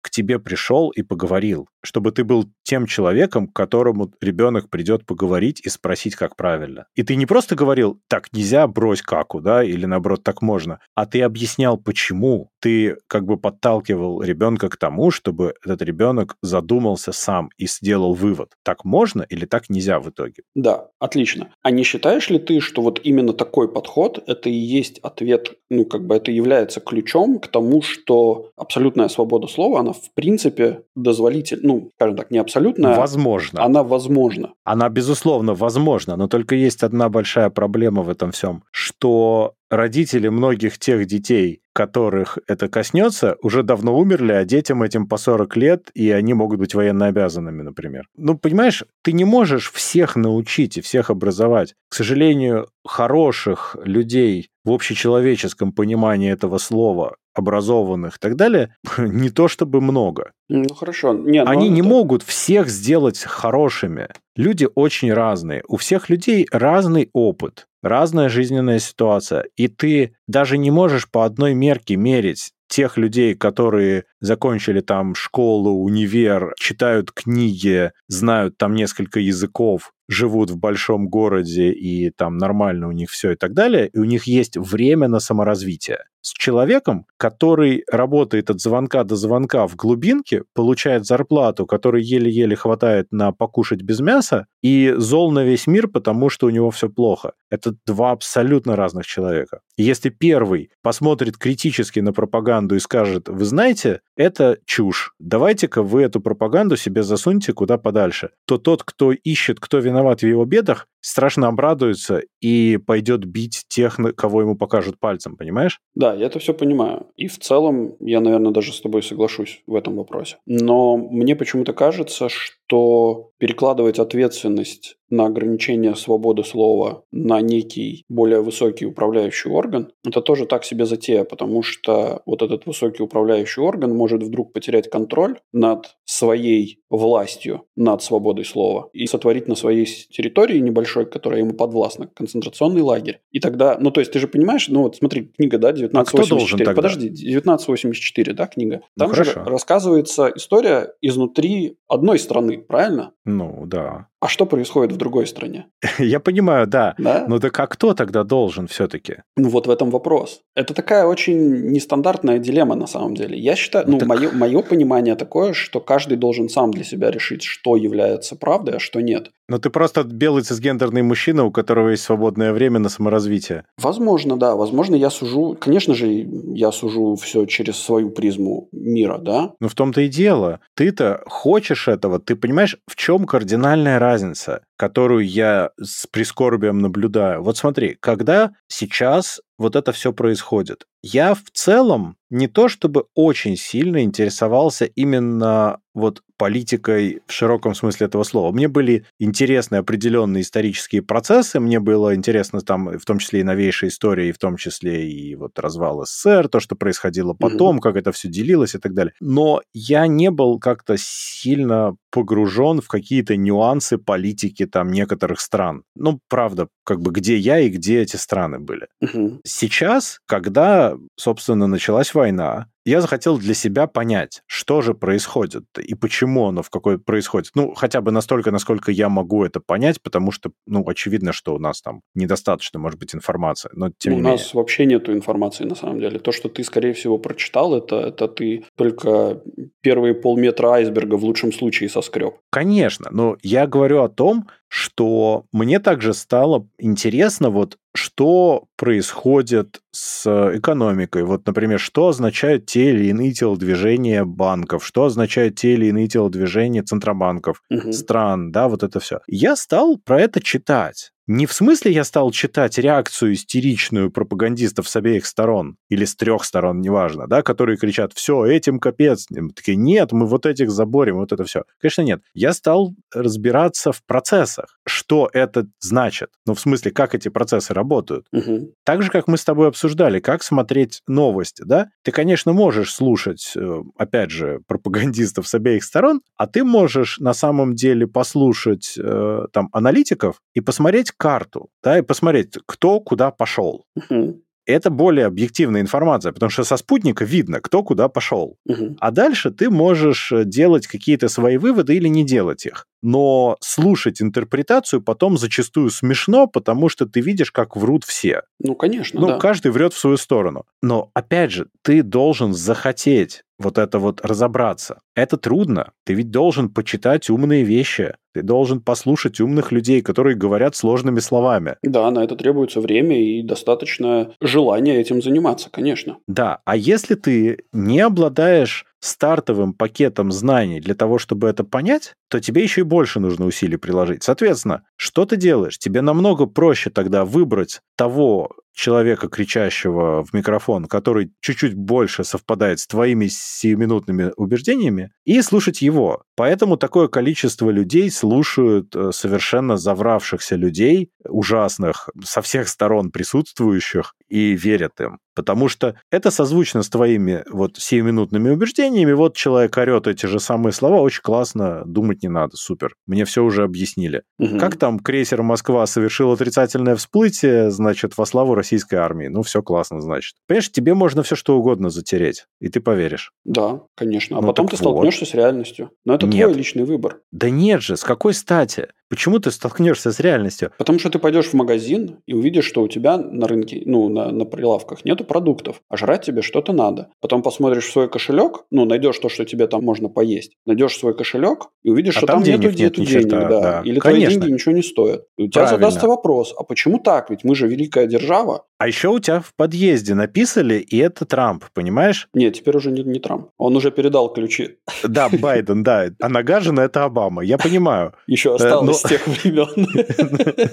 к тебе пришел и поговорил, чтобы ты был тем человеком, к которому ребенок придет поговорить и спросить, как правильно. И ты не просто говорил, так нельзя, брось каку, да, или наоборот, так можно, а ты объяснял, почему. Ты как бы подталкивал ребенка к тому, чтобы этот ребенок задумался сам и сделал вывод, так можно или так нельзя в итоге. Да, отлично. А не считаешь ли ты, что вот именно такой подход, это и есть ответ, это является ключом к тому, что абсолютная свобода слова, она в принципе дозволительна, скажем так, не абсолютная, Возможно. она возможна. Она, безусловно, возможна, но только есть одна большая проблема в этом всем, что родители многих тех детей, которых это коснется, уже давно умерли, а детям этим по 40 лет, и они могут быть военнообязанными, например. Понимаешь, ты не можешь всех научить и всех образовать. К сожалению, хороших людей в общечеловеческом понимании этого слова, образованных и так далее, не то чтобы много. Хорошо. Они не могут всех сделать хорошими. Люди очень разные. У всех людей разный опыт, разная жизненная ситуация. И ты даже не можешь по одной мерке мерить тех людей, которые закончили там школу, универ, читают книги, знают там несколько языков, живут в большом городе, и там нормально у них все и так далее, и у них есть время на саморазвитие. С человеком, который работает от звонка до звонка в глубинке, получает зарплату, которой еле-еле хватает на покушать без мяса, и зол на весь мир, потому что у него все плохо. Это два абсолютно разных человека. И если первый посмотрит критически на пропаганду и скажет, вы знаете, это чушь, давайте-ка вы эту пропаганду себе засуньте куда подальше, то тот, кто ищет, кто виноват в его бедах, страшно обрадуется и пойдет бить тех, кого ему покажут пальцем, понимаешь? Да, я это все понимаю. И в целом я, наверное, даже с тобой соглашусь в этом вопросе. Но мне почему-то кажется, что перекладывать ответственность на ограничение свободы слова на некий более высокий управляющий орган, это тоже так себе затея, потому что вот этот высокий управляющий орган может вдруг потерять контроль над своей властью, над свободой слова и сотворить на своей территории небольшой, которая ему подвластна, концентрационный лагерь. И тогда, то есть ты же понимаешь, смотри, книга, да, 1984. Подожди, 1984, да, книга. Там же рассказывается история изнутри одной страны, правильно? Да. А что происходит в другой стране? Я понимаю, да. Да? Так а кто тогда должен все-таки? Вот в этом вопрос. Это такая очень нестандартная дилемма на самом деле. Я считаю, мое понимание такое, что каждый должен сам для себя решить, что является правдой, а что нет. Ты просто белый цисгендерный мужчина, у которого есть свободное время на саморазвитие. Возможно, да. Возможно, я сужу... Конечно же, я сужу все через свою призму мира, да? В том-то и дело. Ты-то хочешь этого. Ты понимаешь, в чем кардинальная разница, которую я с прискорбием наблюдаю? Вот смотри, когда сейчас вот это все происходит, я в целом не то чтобы очень сильно интересовался именно политикой в широком смысле этого слова. Мне были интересны определенные исторические процессы, мне было интересно там в том числе и новейшая история, и в том числе и развал СССР, то, что происходило потом, как это все делилось и так далее. Но я не был как-то сильно погружен в какие-то нюансы политики там некоторых стран. Правда, где я и где эти страны были. Сейчас, когда, собственно, началась война, я захотел для себя понять, что же происходит и почему оно происходит. Хотя бы настолько, насколько я могу это понять, потому что, очевидно, что у нас там недостаточно, может быть, информации, но тем не менее. У нас вообще нету информации, на самом деле. То, что ты, скорее всего, прочитал, это ты только первые полметра айсберга в лучшем случае соскреб. Конечно, но я говорю о том, что мне также стало интересно, что происходит с экономикой. Например, что означают те или иные телодвижения банков, что означают те или иные телодвижения центробанков, стран, да, это все. Я стал про это читать. Не в смысле я стал читать реакцию истеричную пропагандистов с обеих сторон, или с 3 сторон, неважно, да, которые кричат, все, этим капец. Такие, нет, мы этих заборем, это все. Конечно, нет. Я стал разбираться в процессах, что это значит. В смысле, как эти процессы работают. Так же, как мы с тобой обсуждали, как смотреть новости, да? Ты, конечно, можешь слушать, опять же, пропагандистов с обеих сторон, а ты можешь на самом деле послушать аналитиков и посмотреть карту, да, и посмотреть, кто куда пошел. это более объективная информация, потому что со спутника видно, кто куда пошел. А дальше ты можешь делать какие-то свои выводы или не делать их. Но слушать интерпретацию потом зачастую смешно, потому что ты видишь, как врут все. Ну, конечно, да. Каждый врет в свою сторону. Но, опять же, ты должен захотеть вот это вот разобраться. Это трудно. Ты ведь должен почитать умные вещи. Ты должен послушать умных людей, которые говорят сложными словами. Да, на это требуется время и достаточно желания этим заниматься, конечно. Да, а если ты не обладаешь стартовым пакетом знаний для того, чтобы это понять, то тебе еще и больше нужно усилий приложить. Соответственно, что ты делаешь? Тебе намного проще тогда выбрать того человека, кричащего в микрофон, который чуть-чуть больше совпадает с твоими сиюминутными убеждениями, и слушать его. Поэтому такое количество людей слушают совершенно завравшихся людей, ужасных, со всех сторон присутствующих, и верят им. Потому что это созвучно с твоими вот сиюминутными убеждениями. Вот человек орет эти же самые слова, очень классно, думать не надо, супер. Мне все уже объяснили. Как там крейсер «Москва» совершил отрицательное всплытие, значит, во славу российской армии. Ну, все классно, значит. Понимаешь, тебе можно все что угодно затереть, и ты поверишь. Да, конечно. А потом ты столкнешься с реальностью. Но это твой личный выбор. Да нет же, с какой стати? Почему ты столкнешься с реальностью? Потому что ты пойдешь в магазин и увидишь, что у тебя на рынке, на прилавках нету продуктов, а жрать тебе что-то надо. Потом посмотришь в свой кошелек, найдешь то, что тебе там можно поесть, найдешь свой кошелек и увидишь, что там нету денег, да. Или твои деньги ничего не стоят. И у тебя задастся вопрос, а почему так? Ведь мы же великая держава. А еще у тебя в подъезде написали, и это Трамп, понимаешь? Нет, теперь уже не Трамп. Он уже передал ключи. Да, Байден, да. А Нагажина это Обама, я понимаю. Еще осталось с тех времен.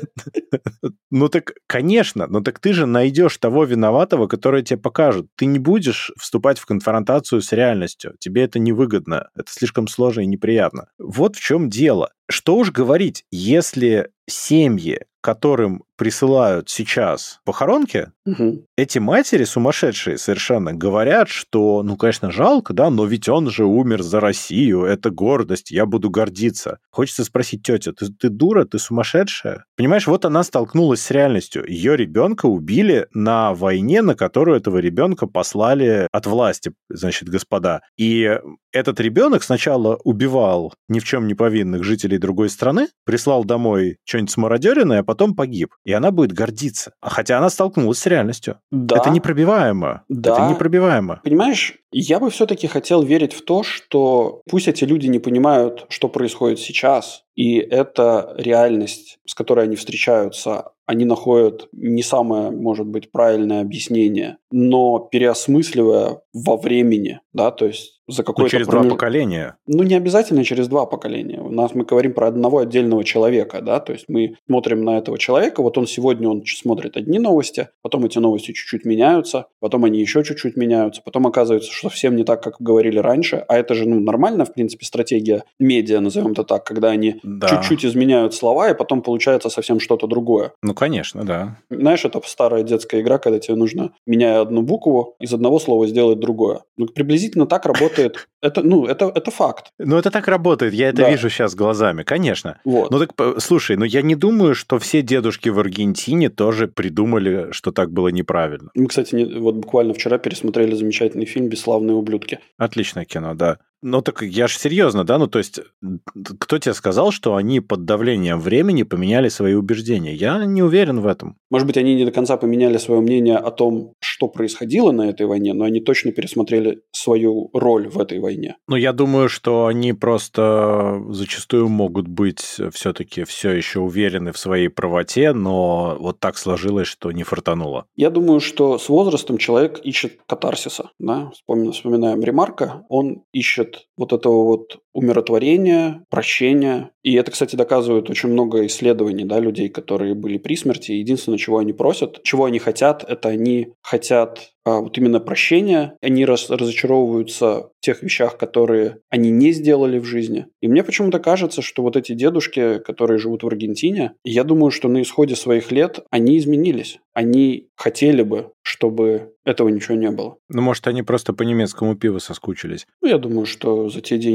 Ну так, конечно, но так ты же найдешь того виноватого, который тебе покажет. Ты не будешь вступать в конфронтацию с реальностью. Тебе это невыгодно. Это слишком сложно и неприятно. Вот в чем дело. Что уж говорить, если семьи, которым присылают сейчас похоронки, эти матери сумасшедшие совершенно говорят, что, конечно, жалко, да, но ведь он же умер за Россию, это гордость, я буду гордиться. Хочется спросить, тетя, ты дура, ты сумасшедшая? Понимаешь, вот она столкнулась с реальностью. Ее ребенка убили на войне, на которую этого ребенка послали от власти, значит, господа. И этот ребенок сначала убивал ни в чем не повинных жителей другой страны, прислал домой что-нибудь смародеренное, а потом погиб. И она будет гордиться. Хотя она столкнулась с реальностью. Да. Это непробиваемо. Да. Это непробиваемо. Понимаешь, я бы все-таки хотел верить в то, что пусть эти люди не понимают, что происходит сейчас, и это реальность, с которой они встречаются, они находят не самое, может быть, правильное объяснение, но переосмысливая во времени, да, то есть за какое-то... через 2 поколения. Не обязательно через 2 поколения. Мы говорим про одного отдельного человека, да, то есть мы смотрим на этого человека, вот он сегодня смотрит одни новости, потом эти новости чуть-чуть меняются, потом они еще чуть-чуть меняются, потом оказывается, что совсем не так, как говорили раньше, а это же, нормально, в принципе, стратегия медиа, назовем это так, когда они чуть-чуть изменяют слова, и потом получается совсем что-то другое. Конечно, да. Знаешь, это старая детская игра, когда тебе нужно, меняя одну букву, из одного слова сделать другое. Приблизительно так работает. Это факт. Это так работает, я это вижу сейчас глазами, конечно. Вот. Слушай, я не думаю, что все дедушки в Аргентине тоже придумали, что так было неправильно. Мы, кстати, буквально вчера пересмотрели замечательный фильм «Бесславные ублюдки». Отличное кино, да. Так я же серьезно, да? То есть, кто тебе сказал, что они под давлением времени поменяли свои убеждения? Я не уверен в этом. Может быть, они не до конца поменяли свое мнение о том, что происходило на этой войне, но они точно пересмотрели свою роль в этой войне. Я думаю, что они просто зачастую могут быть все-таки все еще уверены в своей правоте, но вот так сложилось, что не фартануло. Я думаю, что с возрастом человек ищет катарсиса. Да? Вспоминаем Ремарка, он ищет вот этого умиротворения, прощения. И это, кстати, доказывает очень много исследований, да, людей, которые были при смерти. Единственное, чего они просят, чего они хотят, это они хотят именно прощения. Они разочаровываются в тех вещах, которые они не сделали в жизни. И мне почему-то кажется, что вот эти дедушки, которые живут в Аргентине, я думаю, что на исходе своих лет они изменились. Они хотели бы, чтобы этого ничего не было. Может, они просто по немецкому пиву соскучились. Я думаю, что за те деньги, с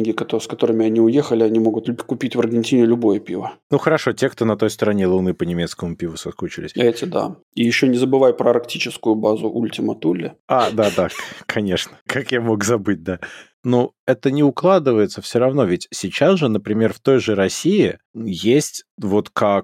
которыми они уехали, они могут купить в Аргентине любое пиво. Ну хорошо, те, кто на той стороне Луны по немецкому пиву соскучились. Эти, да. И еще не забывай про арктическую базу Ультима Тулле. Да, конечно. Как я мог забыть, да. Ну, это не укладывается все равно, ведь сейчас же, например, в той же России есть, вот как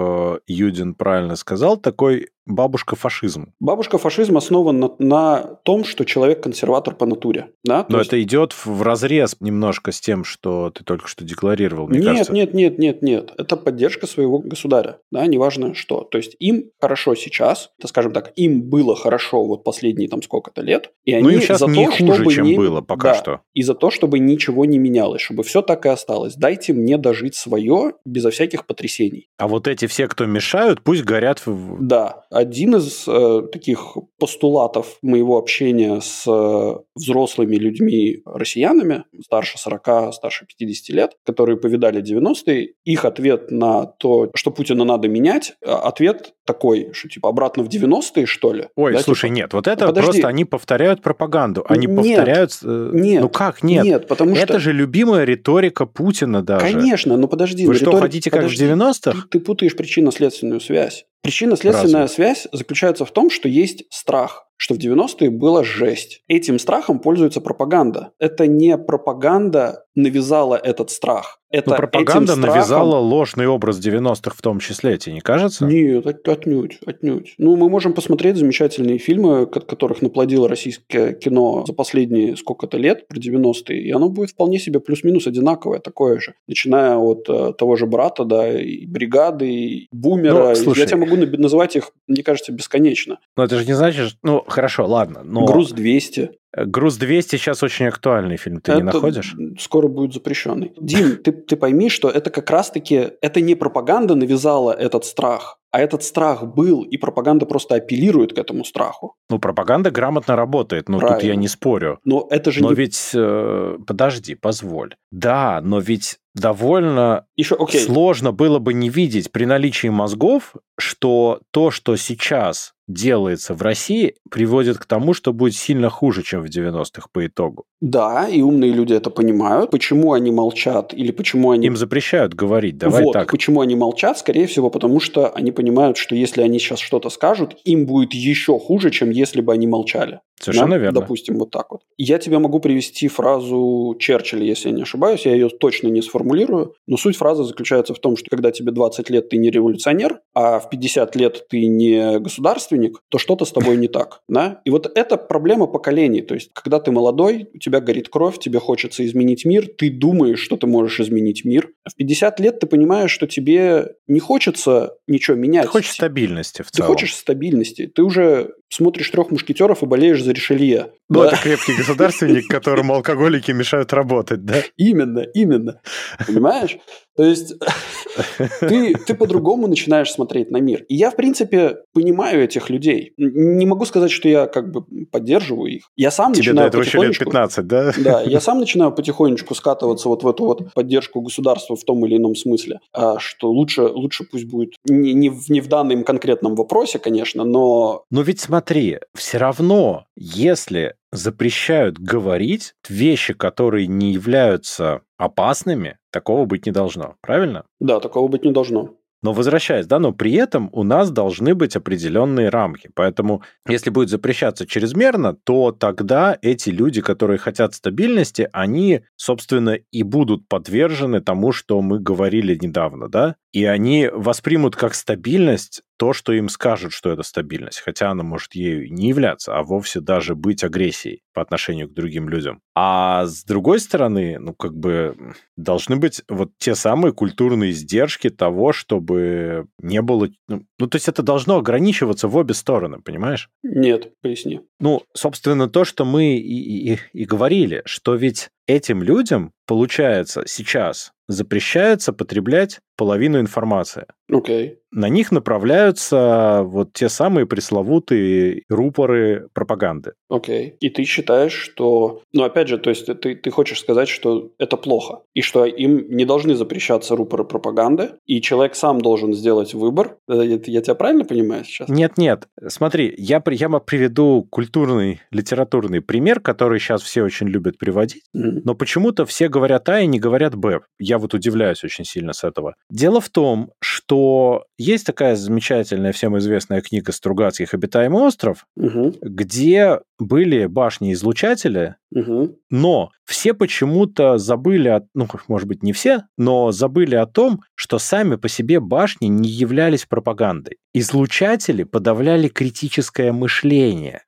Юдин правильно сказал, такой бабушка-фашизм. Бабушка-фашизм основан на том, что человек консерватор по натуре. Да? Но это идет вразрез немножко с тем, что ты только что декларировал, мне кажется. Нет. Это поддержка своего государя. Да, неважно что. То есть им хорошо сейчас, скажем так, им было хорошо вот последние там сколько-то лет. И они им сейчас за не то, хуже, чтобы чем было пока что. И за то, чтобы ничего не менялось, чтобы все так и осталось. Дайте мне дожить свое безо всяких потрясений. А вот эти все, кто мешают, пусть горят Да. Один из таких постулатов моего общения с взрослыми людьми, россиянами, старше 40, старше 50 лет, которые повидали 90-е, их ответ на то, что Путина надо менять, ответ такой, что типа обратно в 90-е, что ли? Ой, да, слушай, нет, вот это просто они повторяют пропаганду. Они повторяют... Нет. Ну как нет? Нет, потому что... Это же любимая риторика Путина даже. Конечно, но подожди. Вы что, хотите как в 90-х? Ты путаешь причинно-следственную связь. Причинно-следственная связь заключается в том, что есть страх, что в 90-е было жесть. Этим страхом пользуется пропаганда. Это не пропаганда навязала этот страх. Но пропаганда навязала ложный образ 90-х в том числе, тебе не кажется? Нет, отнюдь. Ну, мы можем посмотреть замечательные фильмы, которых наплодило российское кино за последние сколько-то лет, про 90-е, и оно будет вполне себе плюс-минус одинаковое, такое же. Начиная от того же «Брата», да, и «Бригады», и «Бумера». Ну, слушай, я тебе могу называть их, мне кажется, бесконечно. Но это же не значит... Ну, хорошо, ладно. Но... «Груз-200». «Груз-200» сейчас очень актуальный фильм, ты не находишь? Скоро будет запрещенный. Дим, ты пойми, что это как раз-таки, это не пропаганда навязала этот страх, а этот страх был, и пропаганда просто апеллирует к этому страху. Ну, пропаганда грамотно работает, тут я не спорю. Но это же ведь, подожди, позволь. Да, но ведь довольно сложно было бы не видеть при наличии мозгов, что то, что сейчас делается в России, приводит к тому, что будет сильно хуже, чем в 90-х по итогу. Да, и умные люди это понимают. Почему они молчат или почему они... Им запрещают говорить, давай так. Почему они молчат? Скорее всего, потому что они понимают, что если они сейчас что-то скажут, им будет еще хуже, чем если бы они молчали. Совершенно верно. Допустим, вот так вот. Я тебе могу привести фразу Черчилля, если я не ошибаюсь, я ее точно не сформулирую, но суть фразы заключается в том, что когда тебе 20 лет, ты не революционер, а в 50 лет ты не государственник, то что-то с тобой не так. Да? И вот это проблема поколений. То есть, когда ты молодой, у тебя горит кровь, тебе хочется изменить мир, ты думаешь, что ты можешь изменить мир. А в 50 лет ты понимаешь, что тебе не хочется ничего менять. Ты хочешь стабильности в целом. Ты хочешь стабильности. Ты уже смотришь «Трех мушкетеров» и болеешь за Ришелье. Ну, это крепкий государственник, которому алкоголики мешают работать, да? Именно. Понимаешь? То есть ты по-другому начинаешь смотреть на мир. И я, в принципе, понимаю этих людей. Не могу сказать, что я как бы поддерживаю их. Я сам Тебе начинаю до этого еще лет 15, да? Да, я сам начинаю потихонечку скатываться вот в эту вот поддержку государства в том или ином смысле. Что лучше пусть будет не в данном конкретном вопросе, конечно, но... Но ведь смотри, все равно, если запрещают говорить вещи, которые не являются опасными, такого быть не должно, правильно? Да, такого быть не должно. Но возвращаясь, но при этом у нас должны быть определенные рамки. Поэтому, если будет запрещаться чрезмерно, то тогда эти люди, которые хотят стабильности, они, собственно, и будут подвержены тому, что мы говорили недавно, да? И они воспримут как стабильность то, что им скажут, что это стабильность, хотя она может ею не являться, а вовсе даже быть агрессией по отношению к другим людям. А с другой стороны, должны быть вот те самые культурные издержки того, чтобы не было... то есть это должно ограничиваться в обе стороны, понимаешь? Нет, поясни. Собственно, то, что мы и говорили, что ведь этим людям, получается, сейчас запрещается потреблять половину информации. Окей. На них направляются вот те самые пресловутые рупоры пропаганды. Окей. И ты считаешь, что... опять же, то есть ты хочешь сказать, что это плохо, и что им не должны запрещаться рупоры пропаганды, и человек сам должен сделать выбор. Я тебя правильно понимаю сейчас? Нет. Смотри, я приведу культурный, литературный пример, который сейчас все очень любят приводить. Mm-hmm. Но почему-то все говорят А и не говорят Б. Я вот удивляюсь очень сильно с этого. Дело в том, что есть такая замечательная, всем известная книга Стругацких «Обитаемый остров», где были башни-излучатели, но все почему-то забыли, ну, может быть, не все, но забыли о том, что сами по себе башни не являлись пропагандой. Излучатели подавляли критическое мышление.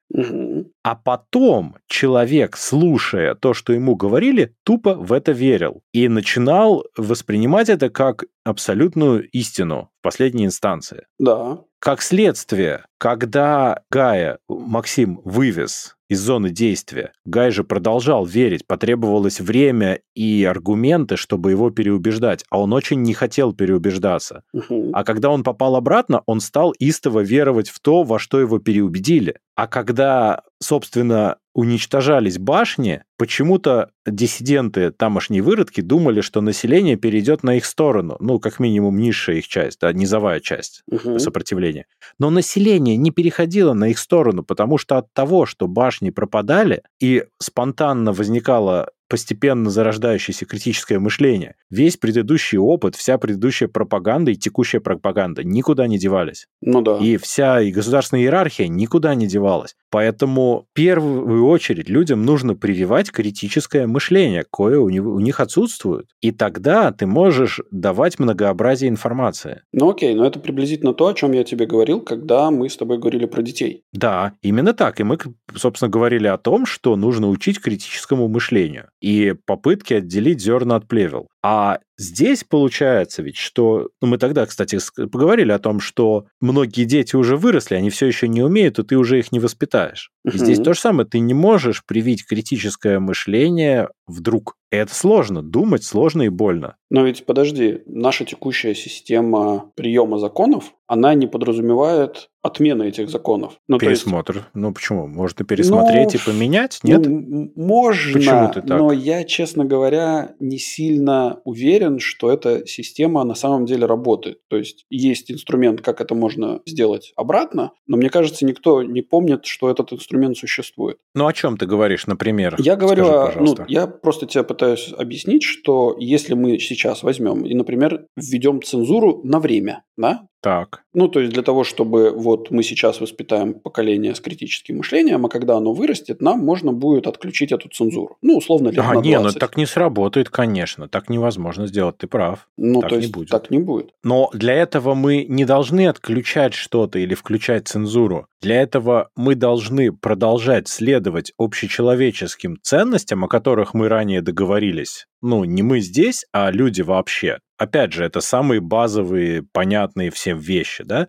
А потом человек, слушая то, что ему говорили, тупо в это верил и начинал воспринимать это как абсолютную истину в последней инстанции. Да. Как следствие, когда Гая Максим вывез из зоны действия, Гай же продолжал верить, потребовалось время и аргументы, чтобы его переубеждать, а он очень не хотел переубеждаться. А когда он попал обратно, он стал истово веровать в то, во что его переубедили. А когда, собственно, уничтожались башни, почему-то диссиденты, тамошние выродки, думали, что население перейдет на их сторону. Ну, как минимум, низшая их часть, да, низовая часть сопротивления. Но население не переходило на их сторону, потому что от того, что башни пропадали, и спонтанно возникало постепенно зарождающееся критическое мышление, весь предыдущий опыт, вся предыдущая пропаганда и текущая пропаганда никуда не девались. Ну да. И вся и государственная иерархия никуда не девалась. Поэтому в первую очередь людям нужно прививать критическое мышление, кое у них отсутствует. И тогда ты можешь давать многообразие информации. Ну окей, но это приблизительно то, о чем я тебе говорил, когда мы с тобой говорили про детей. Да, именно так. И мы, собственно, говорили о том, что нужно учить критическому мышлению и попытки отделить зерна от плевел. А здесь получается ведь, что... Ну, мы тогда, кстати, поговорили о том, что многие дети уже выросли, они все еще не умеют, и ты уже их не воспитаешь. И здесь то же самое. Ты не можешь привить критическое мышление вдруг. И это сложно. Думать сложно и больно. Но ведь, подожди, наша текущая система приема законов, она не подразумевает отмены этих законов. Ну, пересмотр. То есть... Ну, почему? Можно пересмотреть и поменять? Нет? Можно, почему ты так? Но я, честно говоря, не сильно уверен, что эта система на самом деле работает. То есть есть инструмент, как это можно сделать обратно, но мне кажется, никто не помнит, что этот инструмент существует. Ну, о чем ты говоришь, например? Я говорю, Скажи, я просто тебе пытаюсь объяснить, что если мы сейчас возьмем и, например, введем цензуру на время, да? Так. Ну, то есть для того, чтобы вот мы сейчас воспитаем поколение с критическим мышлением, а когда оно вырастет, нам можно будет отключить эту цензуру. Ну, условно, лет на 20. Ну так не сработает, конечно. Так невозможно сделать, ты прав. Ну, так то есть не будет. так не будет. Но для этого мы не должны отключать что-то или включать цензуру. Для этого мы должны продолжать следовать общечеловеческим ценностям, о которых мы ранее договорились. Ну, не мы здесь, а люди вообще. Опять же, это самые базовые, понятные всем вещи, да?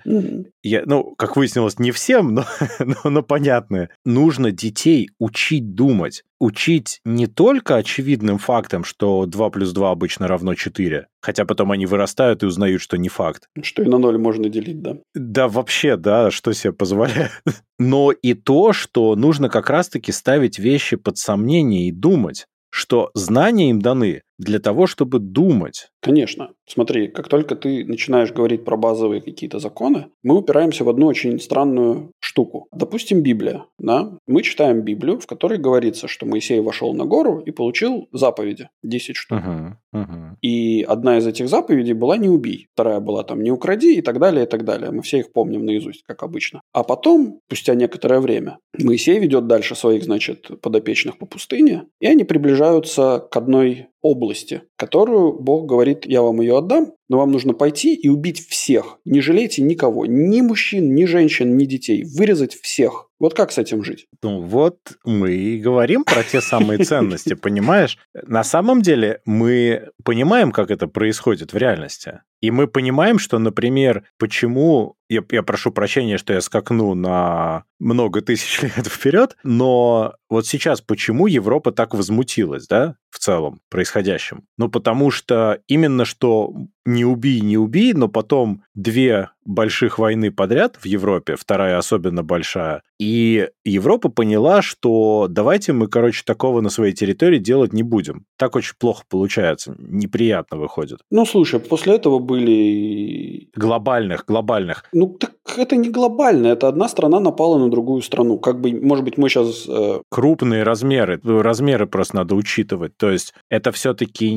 Как выяснилось, не всем, но понятные. Нужно детей учить думать. Учить не только очевидным фактам, что 2 плюс 2 обычно равно 4, хотя потом они вырастают и узнают, что не факт. Что и на 0 можно делить, да? Да, вообще, да, что себе позволяет. Но и то, что нужно как раз-таки ставить вещи под сомнение и думать, что знания им даны для того, чтобы думать. Конечно. Смотри, как только ты начинаешь говорить про базовые какие-то законы, мы упираемся в одну очень странную штуку. Допустим, Библия. Да? Мы читаем Библию, в которой говорится, что Моисей вошел на гору и получил заповеди. 10 штук. И одна из этих заповедей была «не убий». Вторая была там «не укради» и так далее, и так далее. Мы все их помним наизусть, как обычно. А потом, спустя некоторое время, Моисей ведет дальше своих, подопечных по пустыне, и они приближаются к одной области, которую Бог говорит: я вам ее отдам, но вам нужно пойти и убить всех. Не жалейте никого, ни мужчин, ни женщин, ни детей. Вырезать всех. Вот как с этим жить? Ну вот мы и говорим про те самые ценности, понимаешь? На самом деле мы понимаем, как это происходит в реальности. И мы понимаем, что, например, почему... Я прошу прощения, что я скакну на много тысяч лет вперед, но вот сейчас почему Европа так возмутилась, да, в целом происходящим? Ну, потому что именно что не убей, но потом 2 больших войны подряд в Европе, вторая особенно большая, и Европа поняла, что давайте мы, такого на своей территории делать не будем. Так очень плохо получается, неприятно выходит. Ну, слушай, после этого были... Глобальных. Ну, так это не глобально, это одна страна напала на другую страну. Как бы, может быть, мы сейчас... Крупные размеры просто надо учитывать. То есть это все-таки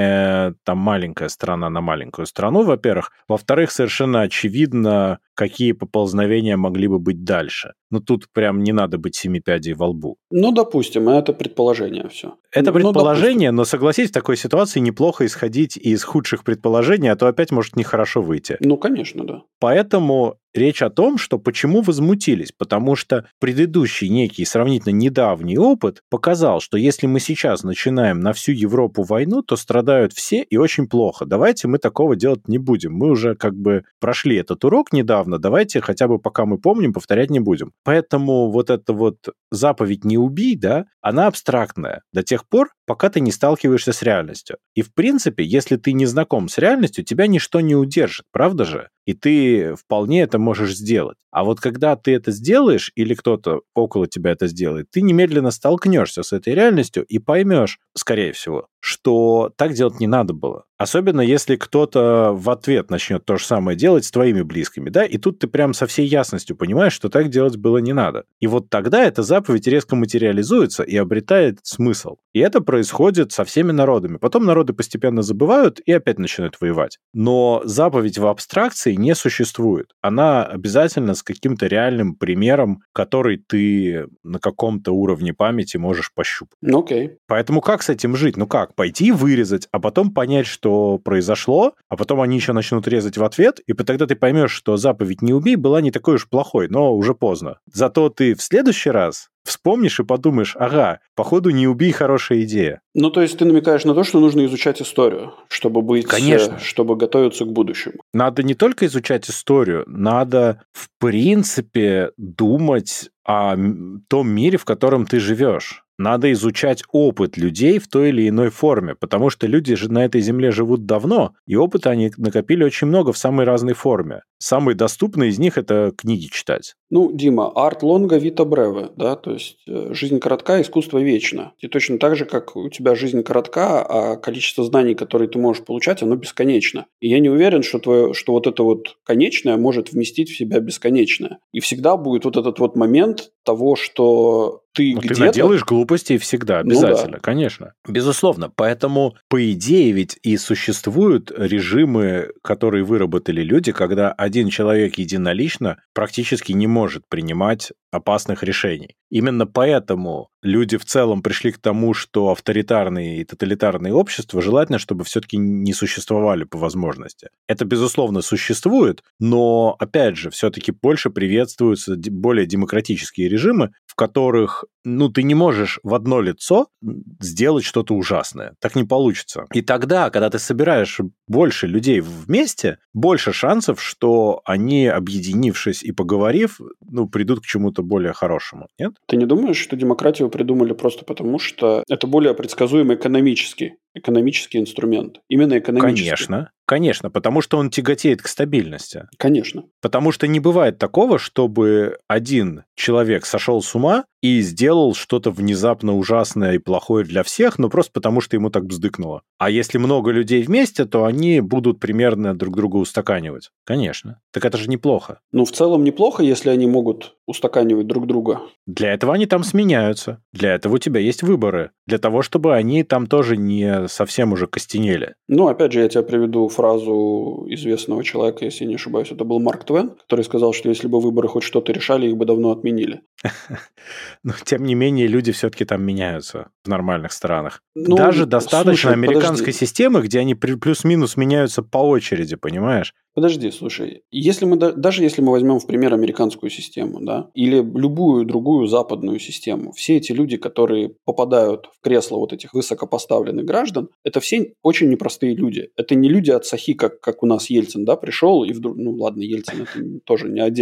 не там маленькая страна на маленькую страну, во-первых. Во-вторых, совершенно очевидно, какие поползновения могли бы быть дальше. Ну, тут прям не надо быть семипядей во лбу. Ну, допустим, это предположение все. Это предположение, но согласись, в такой ситуации неплохо исходить из худших предположений, а то опять может нехорошо выйти. Ну, конечно, да. Поэтому речь о том, что почему возмутились, потому что предыдущий некий сравнительно недавний опыт показал, что если мы сейчас начинаем на всю Европу войну, то страдают все и очень плохо. Давайте мы такого делать не будем. Мы уже как бы прошли этот урок недавно, давайте хотя бы пока мы помним, повторять не будем. Поэтому вот эта вот заповедь «не убий», да, она абстрактная до тех пор, пока ты не сталкиваешься с реальностью. И в принципе, если ты не знаком с реальностью, тебя ничто не удержит, правда же? И ты вполне это можешь сделать. А вот когда ты это сделаешь, или кто-то около тебя это сделает, ты немедленно столкнешься с этой реальностью и поймешь, скорее всего, что так делать не надо было. Особенно если кто-то в ответ начнет то же самое делать с твоими близкими, да, и тут ты прям со всей ясностью понимаешь, что так делать было не надо. И вот тогда эта заповедь резко материализуется и обретает смысл. И это происходит со всеми народами. Потом народы постепенно забывают и опять начинают воевать. Но заповедь в абстракции не существует. Она обязательно с каким-то реальным примером, который ты на каком-то уровне памяти можешь пощупать. Окей. Поэтому как с этим жить? Ну как? Пойти и вырезать, а потом понять, что произошло, а потом они еще начнут резать в ответ, и тогда ты поймешь, что заповедь «не убей» была не такой уж плохой, но уже поздно. Зато ты в следующий раз вспомнишь и подумаешь, ага, походу «не убей» хорошая идея. Ну, то есть ты намекаешь на то, что нужно изучать историю, чтобы быть... Конечно. Чтобы готовиться к будущему. Надо не только изучать историю, надо, в принципе, думать о том мире, в котором ты живешь. Надо изучать опыт людей в той или иной форме, потому что люди же на этой земле живут давно, и опыта они накопили очень много в самой разной форме. Самый доступный из них – это книги читать. Ну, Дима, art longa vita breve, да, то есть жизнь коротка, искусство вечно. И точно так же, как у тебя жизнь коротка, а количество знаний, которые ты можешь получать, оно бесконечно. И я не уверен, что вот это вот конечное может вместить в себя бесконечное. И всегда будет вот этот вот момент того, что ты где-то... Ты наделаешь глупостей всегда, обязательно, Ну, да. Конечно. Безусловно. Поэтому, по идее, ведь и существуют режимы, которые выработали люди, когда один человек единолично практически не может принимать опасных решений. Именно поэтому люди в целом пришли к тому, что авторитарные и тоталитарные общества желательно, чтобы все-таки не существовали по возможности. Это, безусловно, существует, но, опять же, все-таки больше приветствуются более демократические режимы, в которых, ты не можешь в одно лицо сделать что-то ужасное. Так не получится. И тогда, когда ты собираешь больше людей вместе, больше шансов, что они, объединившись и поговорив, придут к чему-то более хорошему. Нет? Ты не думаешь, что демократию придумали просто потому, что это более предсказуемый экономический инструмент? Именно экономический. Конечно, потому что он тяготеет к стабильности. Конечно. Потому что не бывает такого, чтобы один человек сошел с ума и сделал что-то внезапно ужасное и плохое для всех, просто потому что ему так бздыкнуло. А если много людей вместе, то они будут примерно друг друга устаканивать. Конечно. Так это же неплохо. В целом неплохо, если они могут устаканивать друг друга. Для этого они там сменяются. Для этого у тебя есть выборы. Для того, чтобы они там тоже не совсем уже костенели. Опять же, я тебе приведу фразу известного человека, если не ошибаюсь, это был Марк Твен, который сказал, что если бы выборы хоть что-то решали, их бы давно отменили. Но, тем не менее, люди все-таки там меняются в нормальных странах. Даже достаточно американской системы, где они плюс-минус меняются по очереди, понимаешь? Подожди, слушай, даже если мы возьмем в пример американскую систему, да, или любую другую западную систему, все эти люди, которые попадают в кресло вот этих высокопоставленных граждан, это все очень непростые люди. Это не люди от сахи, как у нас Ельцин, да, пришел и вдруг, ладно, Ельцин это тоже не отдельный.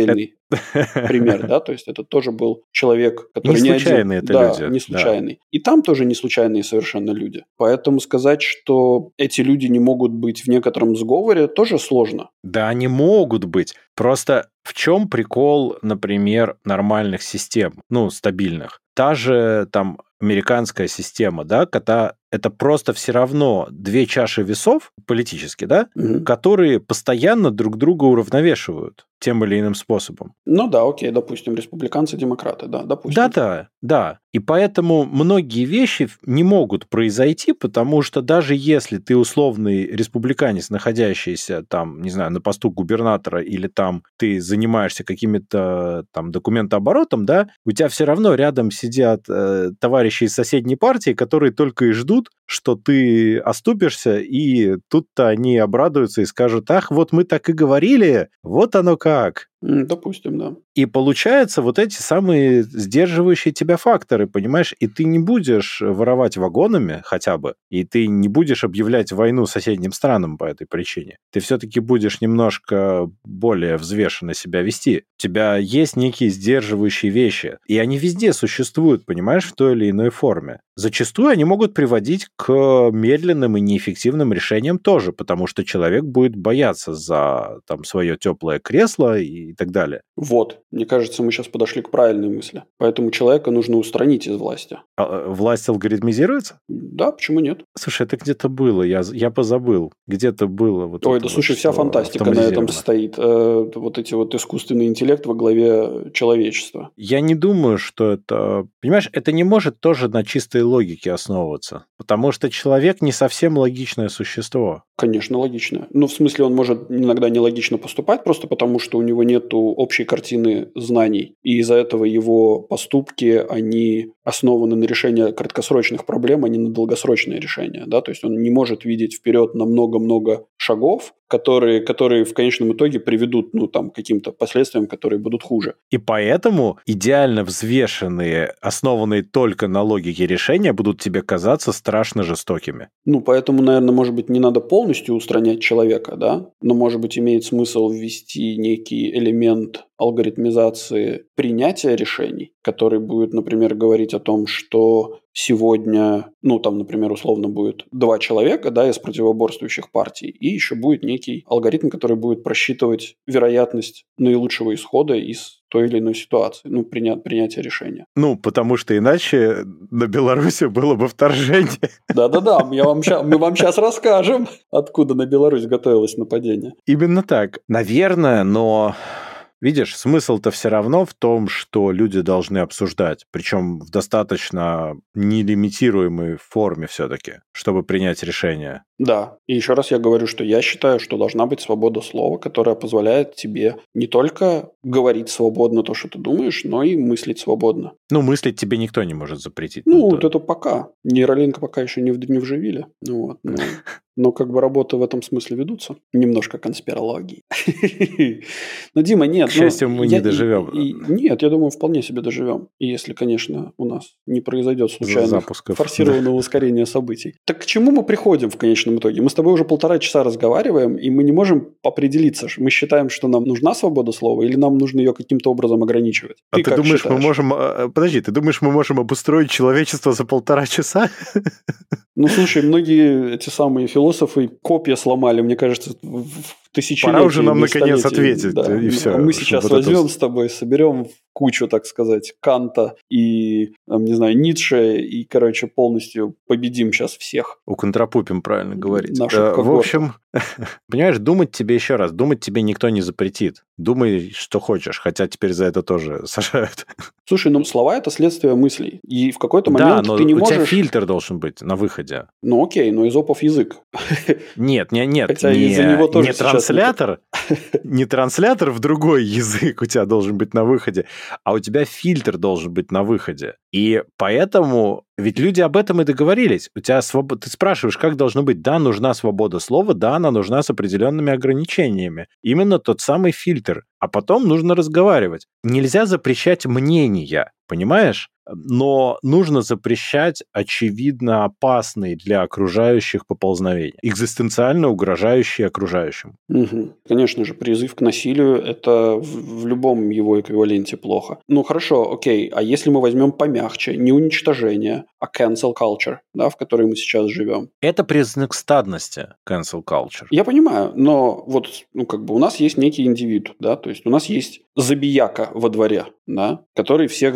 пример, да, то есть это тоже был человек, который Не не случайные один, это люди. не случайный. И там тоже не случайные совершенно люди. Поэтому сказать, что эти люди не могут быть в некотором сговоре, тоже сложно. Да, они могут быть. Просто в чем прикол, например, нормальных систем, стабильных? Та же там американская система, да, когда это просто все равно две чаши весов политически, да, которые постоянно друг друга уравновешивают тем или иным способом. Ну да, окей, допустим, республиканцы, демократы, да, допустим. Да. И поэтому многие вещи не могут произойти, потому что даже если ты условный республиканец, находящийся там, не знаю, на посту губернатора, или там ты занимаешься какими-то там документооборотом, да, у тебя все равно рядом сидят товарищи из соседней партии, которые только и ждут, что ты оступишься, и тут-то они обрадуются и скажут: ах, вот мы так и говорили, вот оно как. Допустим, да. И получается вот эти самые сдерживающие тебя факторы, понимаешь? И ты не будешь воровать вагонами хотя бы, и ты не будешь объявлять войну соседним странам по этой причине. Ты все-таки будешь немножко более взвешенно себя вести. У тебя есть некие сдерживающие вещи, и они везде существуют, понимаешь, в той или иной форме. Зачастую они могут приводить к медленным и неэффективным решениям тоже, потому что человек будет бояться за там свое теплое кресло и так далее. Вот, мне кажется, мы сейчас подошли к правильной мысли. Поэтому человека нужно устранить из власти. Власть алгоритмизируется? Да, почему нет? Слушай, это где-то было, я позабыл. Где-то было. Ой, да слушай, вся фантастика на этом стоит. Вот эти вот искусственный интеллект во главе человечества. Я не думаю, что это... Понимаешь, это не может тоже на чистой логике основываться. Потому что человек не совсем логичное существо. Конечно, логично. Ну, в смысле, он может иногда нелогично поступать, просто потому что у него нет общей картины знаний. И из-за этого его поступки, они основаны на решении краткосрочных проблем, а не на долгосрочные решения. Да? То есть он не может видеть вперед на много-много шагов, которые в конечном итоге приведут к каким-то последствиям, которые будут хуже. И поэтому идеально взвешенные, основанные только на логике решения, будут тебе казаться страшно жестокими. Поэтому, наверное, может быть, не надо полностью устранять человека, да? Но, может быть, имеет смысл ввести некий элемент алгоритмизации принятия решений, который будет, например, говорить о том, что сегодня, например, условно будет 2 человека, да, из противоборствующих партий, и еще будет некий алгоритм, который будет просчитывать вероятность наилучшего исхода из той или иной ситуации, принятия решения. Потому что иначе на Беларуси было бы вторжение. Да-да-да, мы вам сейчас расскажем, откуда на Беларусь готовилось нападение. Именно так. Наверное, но... Видишь, смысл-то все равно в том, что люди должны обсуждать, причем в достаточно нелимитируемой форме все-таки, чтобы принять решение. Да, и еще раз я говорю, что я считаю, что должна быть свобода слова, которая позволяет тебе не только говорить свободно то, что ты думаешь, но и мыслить свободно. Мыслить тебе никто не может запретить. Вот это пока. Нейролинк пока еще не вживили. Но работы в этом смысле ведутся. Немножко конспирологии. Но, Дима, нет. К счастью, мы не доживем. Нет, я думаю, вполне себе доживем. И если, конечно, у нас не произойдет случайно форсированного ускорения событий. Так к чему мы приходим в конечном итоге? Мы с тобой уже 1,5 часа разговариваем, и мы не можем определиться. Мы считаем, что нам нужна свобода слова, или нам нужно ее каким-то образом ограничивать? Ты думаешь, мы можем... Подожди, ты думаешь, мы можем обустроить человечество за 1,5 часа? Слушай, многие эти самые философы копья сломали, мне кажется, в тысячелетия. Пора уже нам наконец ответить, да. И все. Мы сейчас возьмем с тобой, соберем в кучу, так сказать, Канта и, не знаю, Ницше, и, полностью победим сейчас всех. Уконтропупим, правильно говорить. В общем, понимаешь, думать тебе никто не запретит. Думай, что хочешь, хотя теперь за это тоже сажают. Слушай, слова – это следствие мыслей. И в какой-то момент но ты не можешь... у тебя фильтр должен быть на выходе. Окей, но Эзопов язык. Нет. Хотя из-за него тоже не транслятор, не транслятор в другой язык у тебя должен быть на выходе, а у тебя фильтр должен быть на выходе. И поэтому ведь люди об этом и договорились. У тебя ты спрашиваешь, как должно быть? Да, нужна свобода слова, да, она нужна с определенными ограничениями. Именно тот самый фильтр. А потом нужно разговаривать. Нельзя запрещать мнения, понимаешь? Но нужно запрещать очевидно опасные для окружающих поползновения, экзистенциально угрожающие окружающим. Угу. Конечно же, призыв к насилию – это в любом его эквиваленте плохо. Ну хорошо, окей, а если мы возьмем помягче, не уничтожение, а cancel culture, да, в которой мы сейчас живем? Это признак стадности, cancel culture. Я понимаю, но вот у нас есть некий индивид, да, то есть у нас есть забияка во дворе, да, который всех,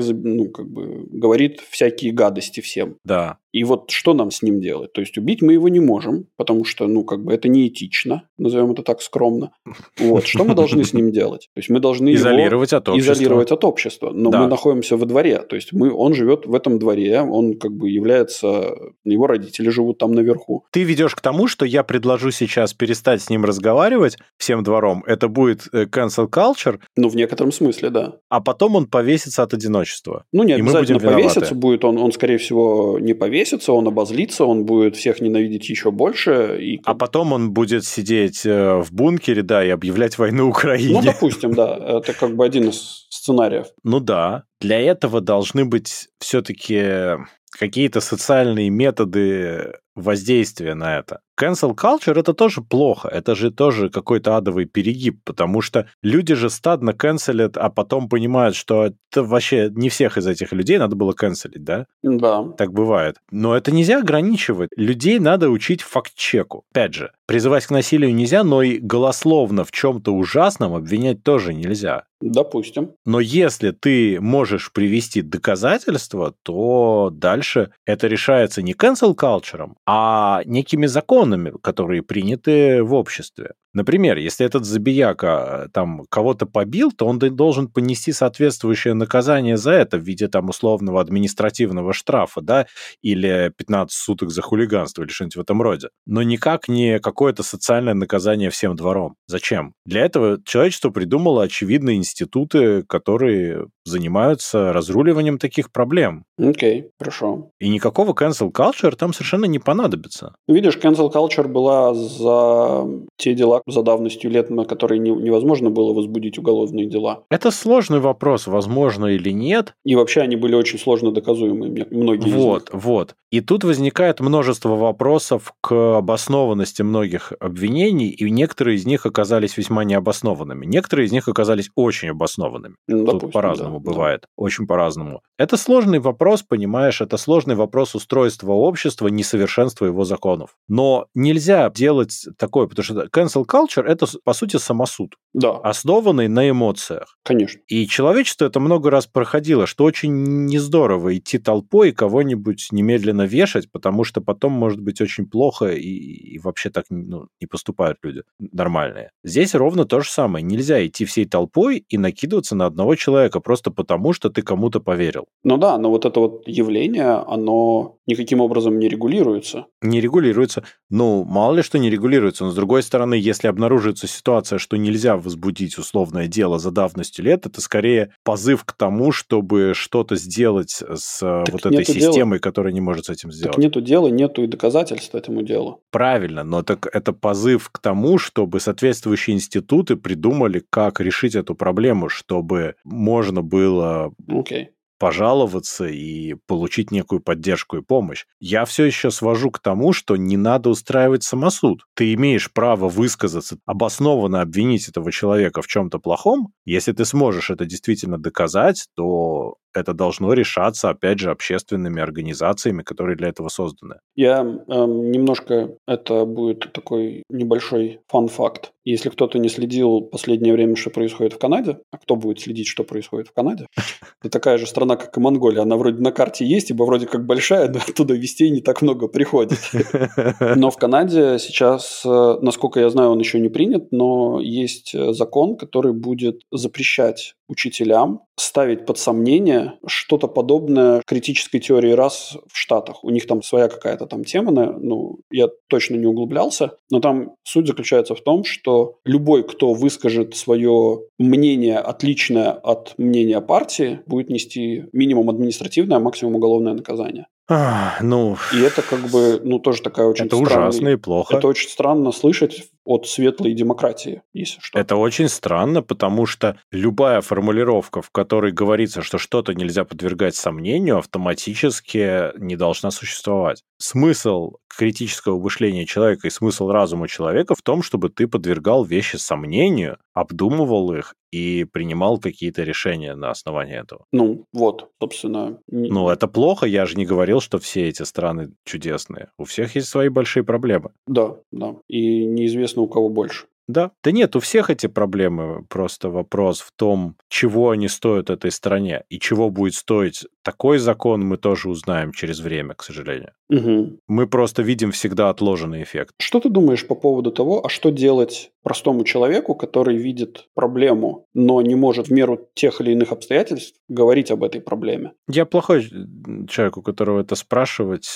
говорит всякие гадости всем. Да. И вот что нам с ним делать? То есть убить мы его не можем, потому что, это неэтично, назовем это так скромно. Вот. Что мы должны с ним делать? То есть мы должны изолировать его от общества. Изолировать от общества. Но мы находимся во дворе. То есть он живет в этом дворе, он является... Его родители живут там наверху. Ты ведешь к тому, что я предложу сейчас перестать с ним разговаривать всем двором. Это будет cancel culture. Ну, в некотором смысле, да. А потом он повесится от одиночества. Ну, не и обязательно повеситься будет. Он, скорее всего, не повесится, он обозлится, он будет всех ненавидеть еще больше. А потом он будет сидеть в бункере, да, и объявлять войну Украине. Ну, допустим, да. Это один из сценариев. Ну да. Для этого должны быть все-таки какие-то социальные методы воздействия на это. Cancel culture – это тоже плохо, это же тоже какой-то адовый перегиб, потому что люди же стадно канцелят, а потом понимают, что это вообще не всех из этих людей надо было канцелить, да? Да. Так бывает. Но это нельзя ограничивать. Людей надо учить факт-чеку. Опять же, призывать к насилию нельзя, но и голословно в чем-то ужасном обвинять тоже нельзя. Допустим. Но если ты можешь привести доказательства, то дальше это решается не cancel culture, а некими законами, которые приняты в обществе. Например, если этот забияка там кого-то побил, то он должен понести соответствующее наказание за это в виде там условного административного штрафа, да, или 15 суток за хулиганство или что-нибудь в этом роде. Но никак не какое-то социальное наказание всем двором. Зачем? Для этого человечество придумало очевидные институты, которые занимаются разруливанием таких проблем. Окей, хорошо. И никакого cancel culture там совершенно не понадобится. Видишь, cancel culture была за те дела, за давностью лет, на которые невозможно было возбудить уголовные дела. Это сложный вопрос, возможно или нет. И вообще они были очень сложно доказуемы, многие из них. Вот. И тут возникает множество вопросов к обоснованности многих обвинений, и некоторые из них оказались весьма необоснованными. Некоторые из них оказались очень обоснованными. Допустим, тут по-разному бывает. Очень по-разному. Это сложный вопрос, понимаешь, это сложный вопрос устройства общества, несовершенства его законов. Но нельзя делать такое, потому что cancel culture – это, по сути, самосуд, основанный на эмоциях. Конечно. И человечество это много раз проходило, что очень не здорово идти толпой и кого-нибудь немедленно вешать, потому что потом может быть очень плохо, и вообще так не поступают люди нормальные. Здесь ровно то же самое. Нельзя идти всей толпой и накидываться на одного человека просто потому, что ты кому-то поверил. Ну да, но вот это вот явление, оно никаким образом не регулируется. Не регулируется. Ну, мало ли что не регулируется, но с другой стороны, если обнаружится ситуация, что нельзя возбудить условное дело за давностью лет, это скорее позыв к тому, чтобы что-то сделать с вот этой системой, которая не может с этим сделать. Так нету дела, нету и доказательств этому делу. Правильно, но так это позыв к тому, чтобы соответствующие институты придумали, как решить эту проблему, чтобы можно было... пожаловаться и получить некую поддержку и помощь. Я все еще свожу к тому, что не надо устраивать самосуд. Ты имеешь право высказаться, обоснованно обвинить этого человека в чем-то плохом. Если ты сможешь это действительно доказать, то это должно решаться, опять же, общественными организациями, которые для этого созданы. Я немножко... Это будет такой небольшой фан-факт. Если кто-то не следил в последнее время, что происходит в Канаде, а кто будет следить, что происходит в Канаде? Это такая же страна, как и Монголия. Она вроде на карте есть, ибо вроде как большая, но оттуда вестей не так много приходит. Но в Канаде сейчас, насколько я знаю, он еще не принят, но есть закон, который будет запрещать учителям ставить под сомнение что-то подобное критической теории рас в Штатах. У них там своя какая-то там тема, я точно не углублялся, но там суть заключается в том, что любой, кто выскажет свое мнение, отличное от мнения партии, будет нести минимум административное, а максимум уголовное наказание. И это тоже такая очень это странная... ужасно и плохо. Это очень странно слышать от светлой демократии, если что. Это очень странно, потому что любая формулировка, в которой говорится, что что-то нельзя подвергать сомнению, автоматически не должна существовать. Смысл критического мышления человека и смысл разума человека в том, чтобы ты подвергал вещи сомнению, обдумывал их и принимал какие-то решения на основании этого. Собственно... Это плохо, я же не говорил, что все эти страны чудесные. У всех есть свои большие проблемы. Да. И неизвестно, у кого больше. Да. Да нет, у всех эти проблемы. Просто вопрос в том, чего они стоят этой стране. И чего будет стоить такой закон, мы тоже узнаем через время, к сожалению. Угу. Мы просто видим всегда отложенный эффект. Что ты думаешь по поводу того, а что делать простому человеку, который видит проблему, но не может в меру тех или иных обстоятельств говорить об этой проблеме? Я плохой человек, у которого это спрашивать.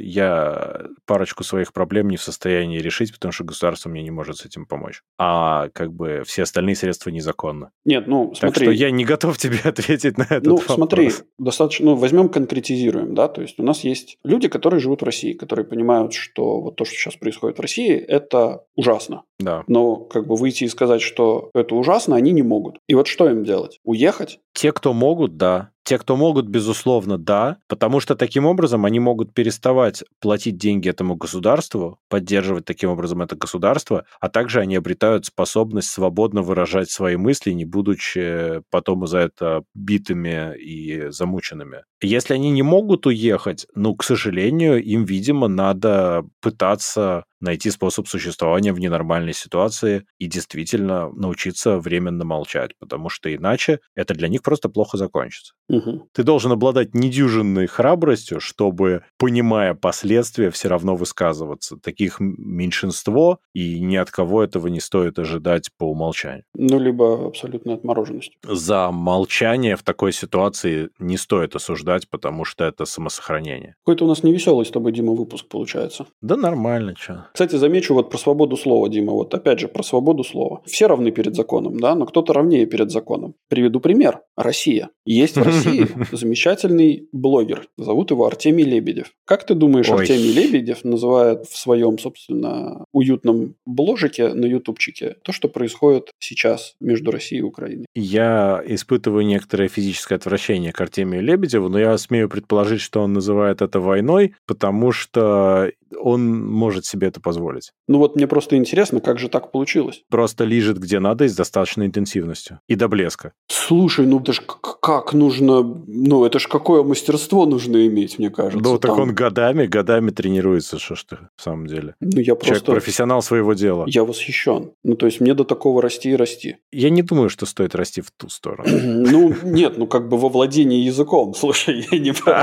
Я парочку своих проблем не в состоянии решить, потому что государство мне не может с этим помочь. А все остальные средства незаконны. Нет, смотри. Так что я не готов тебе ответить на этот вопрос. Смотри, достаточно, возьмем, конкретизируем, да, то есть у нас есть люди, которые живут в России, которые понимают, что вот то, что сейчас происходит в России, это ужасно. Да. Но выйти и сказать, что это ужасно, они не могут. И вот что им делать? Уехать? Те, кто могут, да. Те, кто могут, безусловно, да, потому что таким образом они могут переставать платить деньги этому государству, поддерживать таким образом это государство, а также они обретают способность свободно выражать свои мысли, не будучи потом за это битыми и замученными. Если они не могут уехать, к сожалению, им, видимо, надо пытаться найти способ существования в ненормальной ситуации и действительно научиться временно молчать, потому что иначе это для них просто плохо закончится. Угу. Ты должен обладать недюжинной храбростью, чтобы, понимая последствия, все равно высказываться. Таких меньшинство, и ни от кого этого не стоит ожидать по умолчанию. Либо абсолютной отмороженностью. За молчание в такой ситуации не стоит осуждать, потому что это самосохранение. Какой-то у нас невеселый с тобой, Дима, выпуск получается. Да нормально, что. Кстати, замечу про свободу слова, Дима, опять же про свободу слова. Все равны перед законом, да, но кто-то равнее перед законом. Приведу пример. Россия. Есть в России замечательный блогер. Зовут его Артемий Лебедев. Как ты думаешь, Артемий Лебедев называет в своем, собственно, уютном бложике на ютубчике то, что происходит сейчас между Россией и Украиной? Я испытываю некоторое физическое отвращение к Артемию Лебедеву, но я смею предположить, что он называет это войной, потому что он может себе это позволить. Мне просто интересно, как же так получилось? Просто лижет где надо и с достаточной интенсивностью. И до блеска. Слушай, это ж как нужно... это ж какое мастерство нужно иметь, мне кажется. Так он годами тренируется, что ж ты, в самом деле. Человек профессионал своего дела. Я восхищен. То есть мне до такого расти и расти. Я не думаю, что стоит расти в ту сторону. Нет, во владении языком. Слушай, я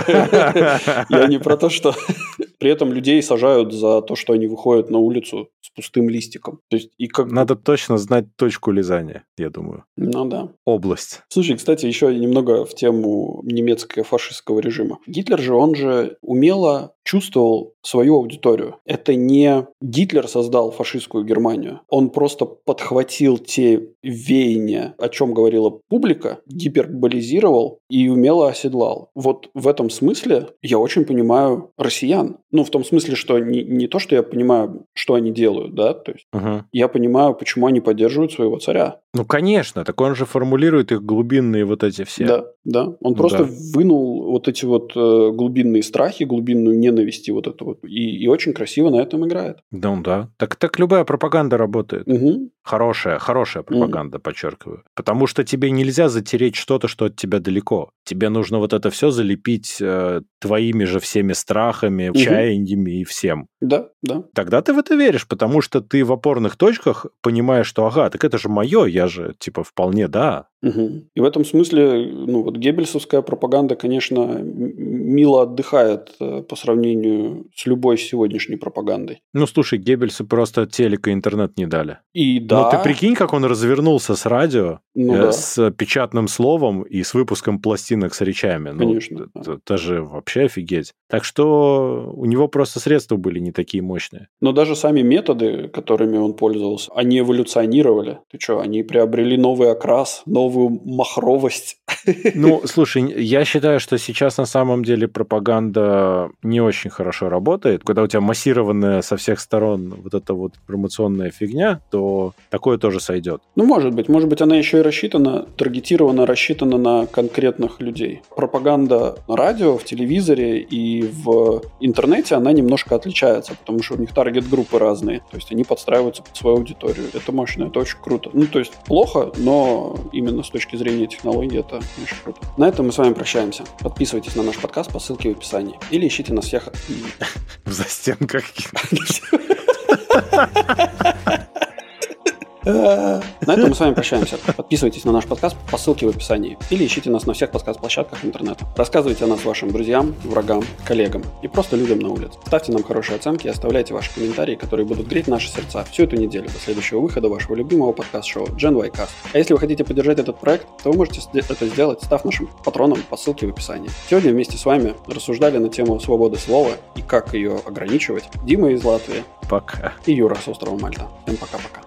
не про то, что... При этом людей сажают за то, что они выходят на улицу с пустым листиком. То есть, надо точно знать точку лизания, я думаю. Да. Область. Слушай, кстати, еще немного в тему немецко-фашистского режима. Гитлер же, он же умело чувствовал свою аудиторию. Это не Гитлер создал фашистскую Германию. Он просто подхватил те веяния, о чем говорила публика, гиперболизировал и умело оседлал. В этом смысле я очень понимаю россиян. В том смысле, что не то, что я понимаю, что они делают, да, то есть я понимаю, почему они поддерживают своего царя. Конечно, так он же формулирует их глубинные эти все. Да. Он просто вынул эти глубинные страхи, глубинную ненависть и очень красиво на этом играет. Да. Так любая пропаганда работает. Угу. Хорошая пропаганда, подчеркиваю. Потому что тебе нельзя затереть что-то, что от тебя далеко. Тебе нужно это все залепить твоими же всеми страхами, чаяниями и всем. Да. Тогда ты в это веришь, потому что ты в опорных точках понимаешь, что так это же мое, я же вполне да. И в этом смысле, вот геббельсовская пропаганда, конечно, мило отдыхает по сравнению с любой сегодняшней пропагандой. Слушай, Геббельсу просто телек и интернет не дали. И да. Но ты прикинь, как он развернулся с радио, с печатным словом и с выпуском пластинок с речами. Конечно. Это же вообще офигеть. Так что у него просто средства были не такие мощные. Но даже сами методы, которыми он пользовался, они эволюционировали. Ты что, они приобрели новый окрас, новую махровость. Слушай, я считаю, что сейчас на самом деле пропаганда не очень хорошо работает. Когда у тебя массированная со всех сторон вот эта вот информационная фигня, то такое тоже сойдет. Может быть, она еще и рассчитана, таргетирована, рассчитана на конкретных людей. Пропаганда на радио, в телевизоре и в интернете, она немножко отличается, потому что у них таргет-группы разные. То есть они подстраиваются под свою аудиторию. Это мощно, это очень круто. То есть плохо, но именно с точки зрения технологий это очень круто. На этом мы с вами прощаемся. Подписывайтесь на наш подкаст по ссылке в описании. Или ищите нас всех... В застенках. На этом мы с вами прощаемся. Подписывайтесь на наш подкаст по ссылке в описании. Или ищите нас на всех подкаст-площадках интернета. Рассказывайте о нас вашим друзьям, врагам, коллегам и просто людям на улице. Ставьте нам хорошие оценки и оставляйте ваши комментарии, которые будут греть наши сердца всю эту неделю до следующего выхода вашего любимого подкаст-шоу Gen Y Cast. А если вы хотите поддержать этот проект, то вы можете это сделать, став нашим патроном по ссылке в описании. Сегодня вместе с вами рассуждали на тему свободы слова и как ее ограничивать Дима из Латвии. Пока. И Юра с острова Мальта. Всем пока-пока.